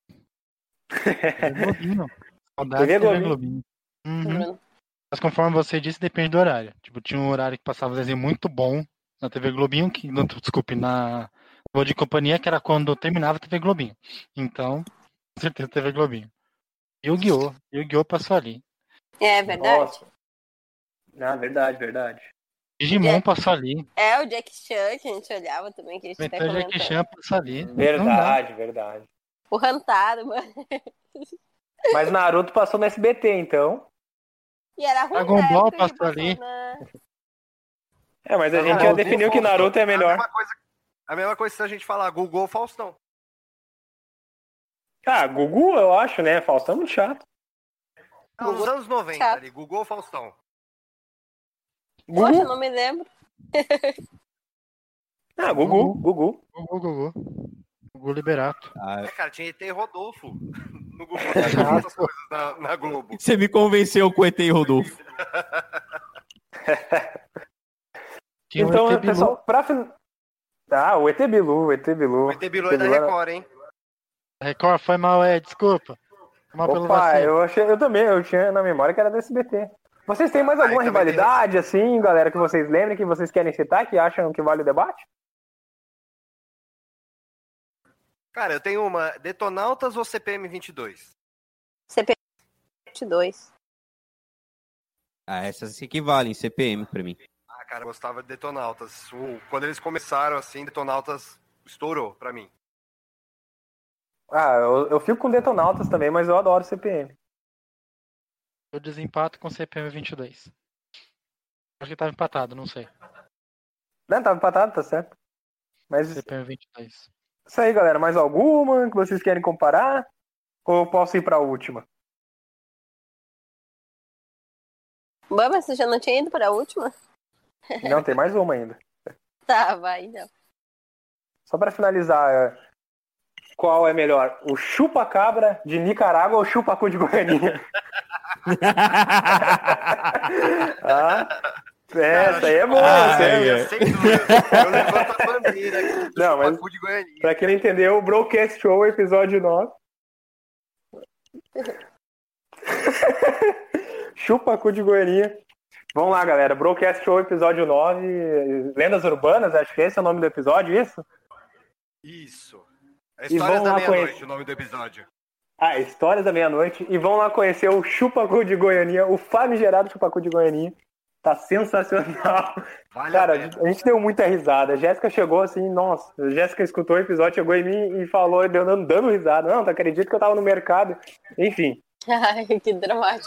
T V Globinho. Saudade T V de T V Globinho. Globinho. Uhum. Bruno. Mas conforme você disse, depende do horário. Tipo, tinha um horário que passava um desenho muito bom na T V Globinho, que, não, desculpe, na Bom Dia e Companhia, que era quando terminava a T V Globinho. Então, com certeza T V Globinho. Yu-Gi-Oh! Yu-Gi-Oh! Passou ali. É verdade. Nossa. Ah, verdade, verdade. Digimon Jack- passou ali. É o Jack Chan que a gente olhava também, que a gente até Inventou Jackie comentou. Chan passou ali. Não dá. Verdade, verdade. O Rantaro, mano. Mas Naruto passou no S B T, então. E era ruim, Dragon na Ball época que passou passou ali. na- É, mas a Ah, gente não, já o definiu que Faustão. Naruto é A melhor. mesma coisa, a mesma coisa se a gente falar Google Faustão. Ah, Gugu, eu acho, né? Faustão é muito chato. Não, nos anos noventa Chato. ali, Google Faustão. Poxa, Gugu? não me lembro. Ah, Gugu, Gugu. Gugu, Gugu. Gugu Liberato. Ah, É, cara, tinha E T e Rodolfo no Google. Tinha essas coisas na, na Globo. você me convenceu com o E T e Rodolfo. Tinha Então, o E T Bilu. pessoal, pra fin... Ah, o E T Bilu, o E T Bilu. O E T Bilu é da era- Record, hein? Record foi mal, é, desculpa. Foi mal pelo Opa, vacilo. eu, achei, eu também, eu tinha na memória que era do S B T. Vocês têm mais Ah, alguma eu também rivalidade, assim, galera, que vocês lembrem, que vocês querem citar, que acham que vale o debate? Cara, eu tenho uma. Detonautas ou C P M vinte e dois? C P vinte e dois. Ah, essas se equivalem, C P M pra mim. Ah, cara, eu gostava de Detonautas. O- Quando eles começaram assim, Detonautas estourou pra mim. Ah, eu, eu fico com Detonautas também, mas eu adoro C P M. Eu desempato com C P M vinte e dois. Acho que tava empatado, não sei. Não, tava empatado, tá certo. Mas C P M vinte e dois. isso aí, galera. Mais alguma que vocês querem comparar? Ou eu posso ir pra última? Bom, mas você já não tinha ido para a última? Não, tem mais uma ainda. Tá, vai, então. Só pra finalizar, é, qual é melhor? O chupa-cabra de Nicarágua ou o chupacu de Goianinha? Ah, Essa aí é boa, Ah, sério. é. Sem dúvida. Eu levanto a bandeira aqui do Não, mas- Chupacu de Goianinha. Pra quem não entendeu, o Broadcast Show, episódio nove. Chupacu de Goianinha. Vamos lá, galera. Broadcast Show, episódio nove. Lendas Urbanas, acho que esse é o nome do episódio, isso? Isso. É E Histórias vão da lá Meia-Noite, conhecer. o nome do episódio. Ah, Histórias da Meia-Noite. E vão lá conhecer o Chupacu de Goianinha, o famigerado Chupacu de Goianinha. Tá sensacional. Vale Cara, a pena. a gente deu muita risada. A Jéssica chegou assim, nossa. A Jéssica escutou o episódio, chegou em mim e falou, deu dando, dando risada. Não, tu acredita que eu tava no mercado? Enfim. Ai, que dramático.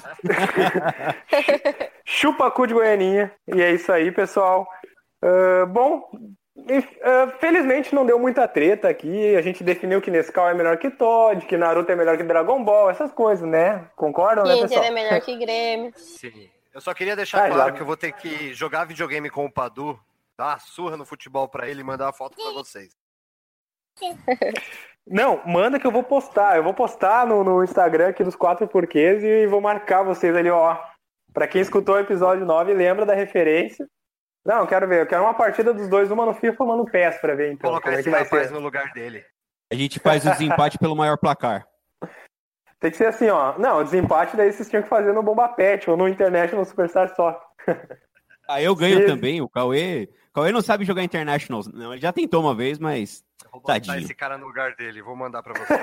Chupacu de Goianinha. E é isso aí, pessoal. Uh, bom, uh, felizmente não deu muita treta aqui. A gente definiu que Nescau é melhor que Todd, que Naruto é melhor que Dragon Ball, essas coisas, né? Concordam, Que né, Inter pessoal? é melhor que Grêmio. Sim. Eu só queria deixar Ah, claro já. que eu vou ter que jogar videogame com o Padu, dar uma surra no futebol pra ele e mandar uma foto pra vocês. Não, manda que eu vou postar. Eu vou postar no, no Instagram aqui dos Quatro Porquês e vou marcar vocês ali, ó. Pra quem escutou o episódio nove, lembra da referência. Não, eu quero ver. Eu quero uma partida dos dois, uma no FIFA, uma no P E S pra ver, então. Colocar Como é esse que vai rapaz ser? no lugar dele. A gente faz o desempate pelo maior placar. Tem que ser assim, ó. Não, o desempate daí vocês tinham que fazer no Bomba Pet ou no International Superstar Soccer. Ah, eu ganho Sim. também. O Cauê. O Cauê não sabe jogar International. Não, ele já tentou uma vez, mas. Eu vou botar Tadinho. esse cara no lugar dele, vou mandar pra você.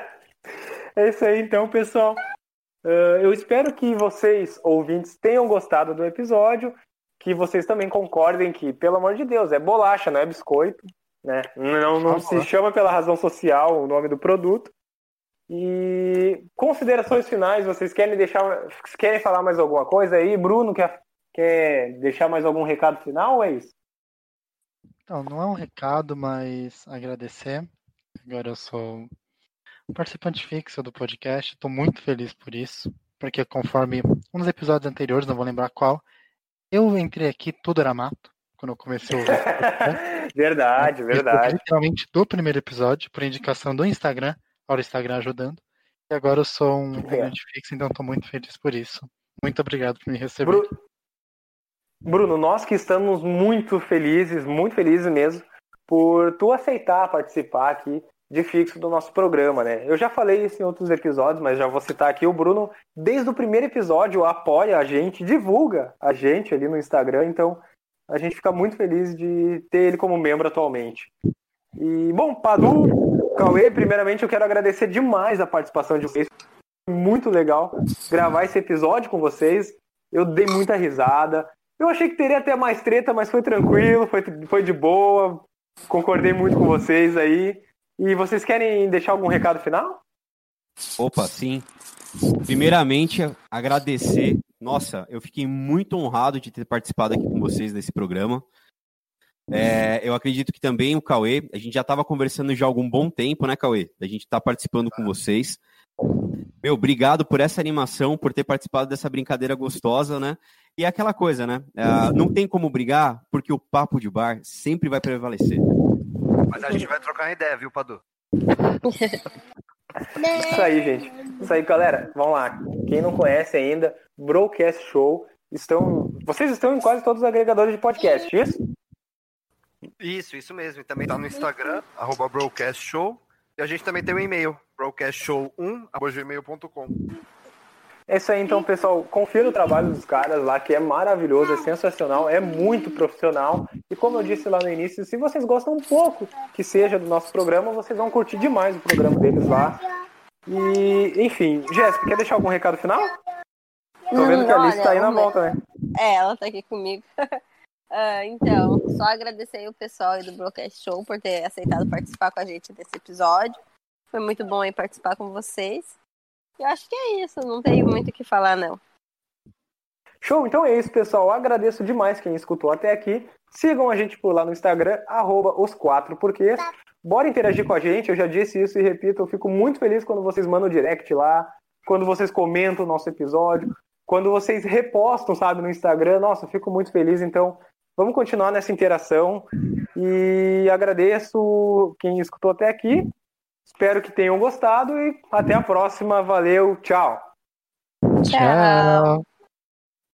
É isso aí, então, pessoal. Uh, eu espero que vocês, ouvintes, tenham gostado do episódio, que vocês também concordem que, pelo amor de Deus, é bolacha, não é biscoito, né? Não, não se chama pela razão social o nome do produto. E considerações finais, vocês querem deixar, querem falar mais alguma coisa aí? Bruno, quer, quer deixar mais algum recado final ou é isso? Então, não é um recado, mas agradecer. Agora eu sou um participante fixo do podcast, estou muito feliz por isso, porque conforme um dos episódios anteriores, não vou lembrar qual, eu entrei aqui, tudo era mato, quando eu comecei a ouvir esse podcast. Verdade, Eu verdade. ouvi literalmente do primeiro episódio, por indicação do Instagram, olha o Instagram ajudando, e agora eu sou um integrante fixo, então estou muito feliz por isso. Muito obrigado por me receber. Bru- Bruno, nós que estamos muito felizes, muito felizes mesmo, por tu aceitar participar aqui de fixo do nosso programa, né? Eu já falei isso em outros episódios, mas já vou citar aqui, o Bruno, desde o primeiro episódio, apoia a gente, divulga a gente ali no Instagram, então a gente fica muito feliz de ter ele como membro atualmente. E, bom, Padu, Cauê, primeiramente eu quero agradecer demais a participação de vocês. Foi muito legal gravar esse episódio com vocês. Eu dei muita risada. Eu achei que teria até mais treta, mas foi tranquilo, foi, foi de boa. Concordei muito com vocês aí. E vocês querem deixar algum recado final? Opa, sim. Primeiramente, agradecer. Nossa, eu fiquei muito honrado de ter participado aqui com vocês nesse programa. É, eu acredito que também o Cauê, a gente já estava conversando já há algum bom tempo, né, Cauê? A gente está participando com vocês. Meu, obrigado por essa animação, por ter participado dessa brincadeira gostosa, né? E é aquela coisa, né? Uh, não tem como brigar, porque o papo de bar sempre vai prevalecer. Mas a gente vai trocar uma ideia, viu, Padu? Isso aí, gente. Isso aí, galera. Vamos lá. Quem não conhece ainda, Broadcast Show. Estão... Vocês estão em quase todos os agregadores de podcast, isso? Isso, isso mesmo. E também tá no Instagram, arroba Broadcast Show. E a gente também tem um e-mail, broadcast show um arroba gmail ponto com. É isso aí, então, pessoal. Confira o trabalho dos caras lá, que é maravilhoso, é sensacional, é muito profissional. E como eu disse lá no início, se vocês gostam um pouco que seja do nosso programa, vocês vão curtir demais o programa deles lá. E, enfim, Jéssica, quer deixar algum recado final? Tô vendo que a Alice tá aí na volta, né? É, ela tá aqui comigo. Uh, então, só agradecer aí o pessoal aí do Broadcast Show por ter aceitado participar com a gente desse episódio. Foi muito bom aí participar com vocês. Eu acho que é isso, não tem muito o que falar, não. Show, então é isso, pessoal. Eu agradeço demais quem escutou até aqui. Sigam a gente por lá no Instagram, arroba os quatro porquês. Bora interagir com a gente, eu já disse isso e repito, eu fico muito feliz quando vocês mandam direct lá, quando vocês comentam o nosso episódio, quando vocês repostam, sabe, no Instagram. Nossa, eu fico muito feliz, então vamos continuar nessa interação e agradeço quem escutou até aqui. Espero que tenham gostado e até a próxima. Valeu, tchau! Tchau!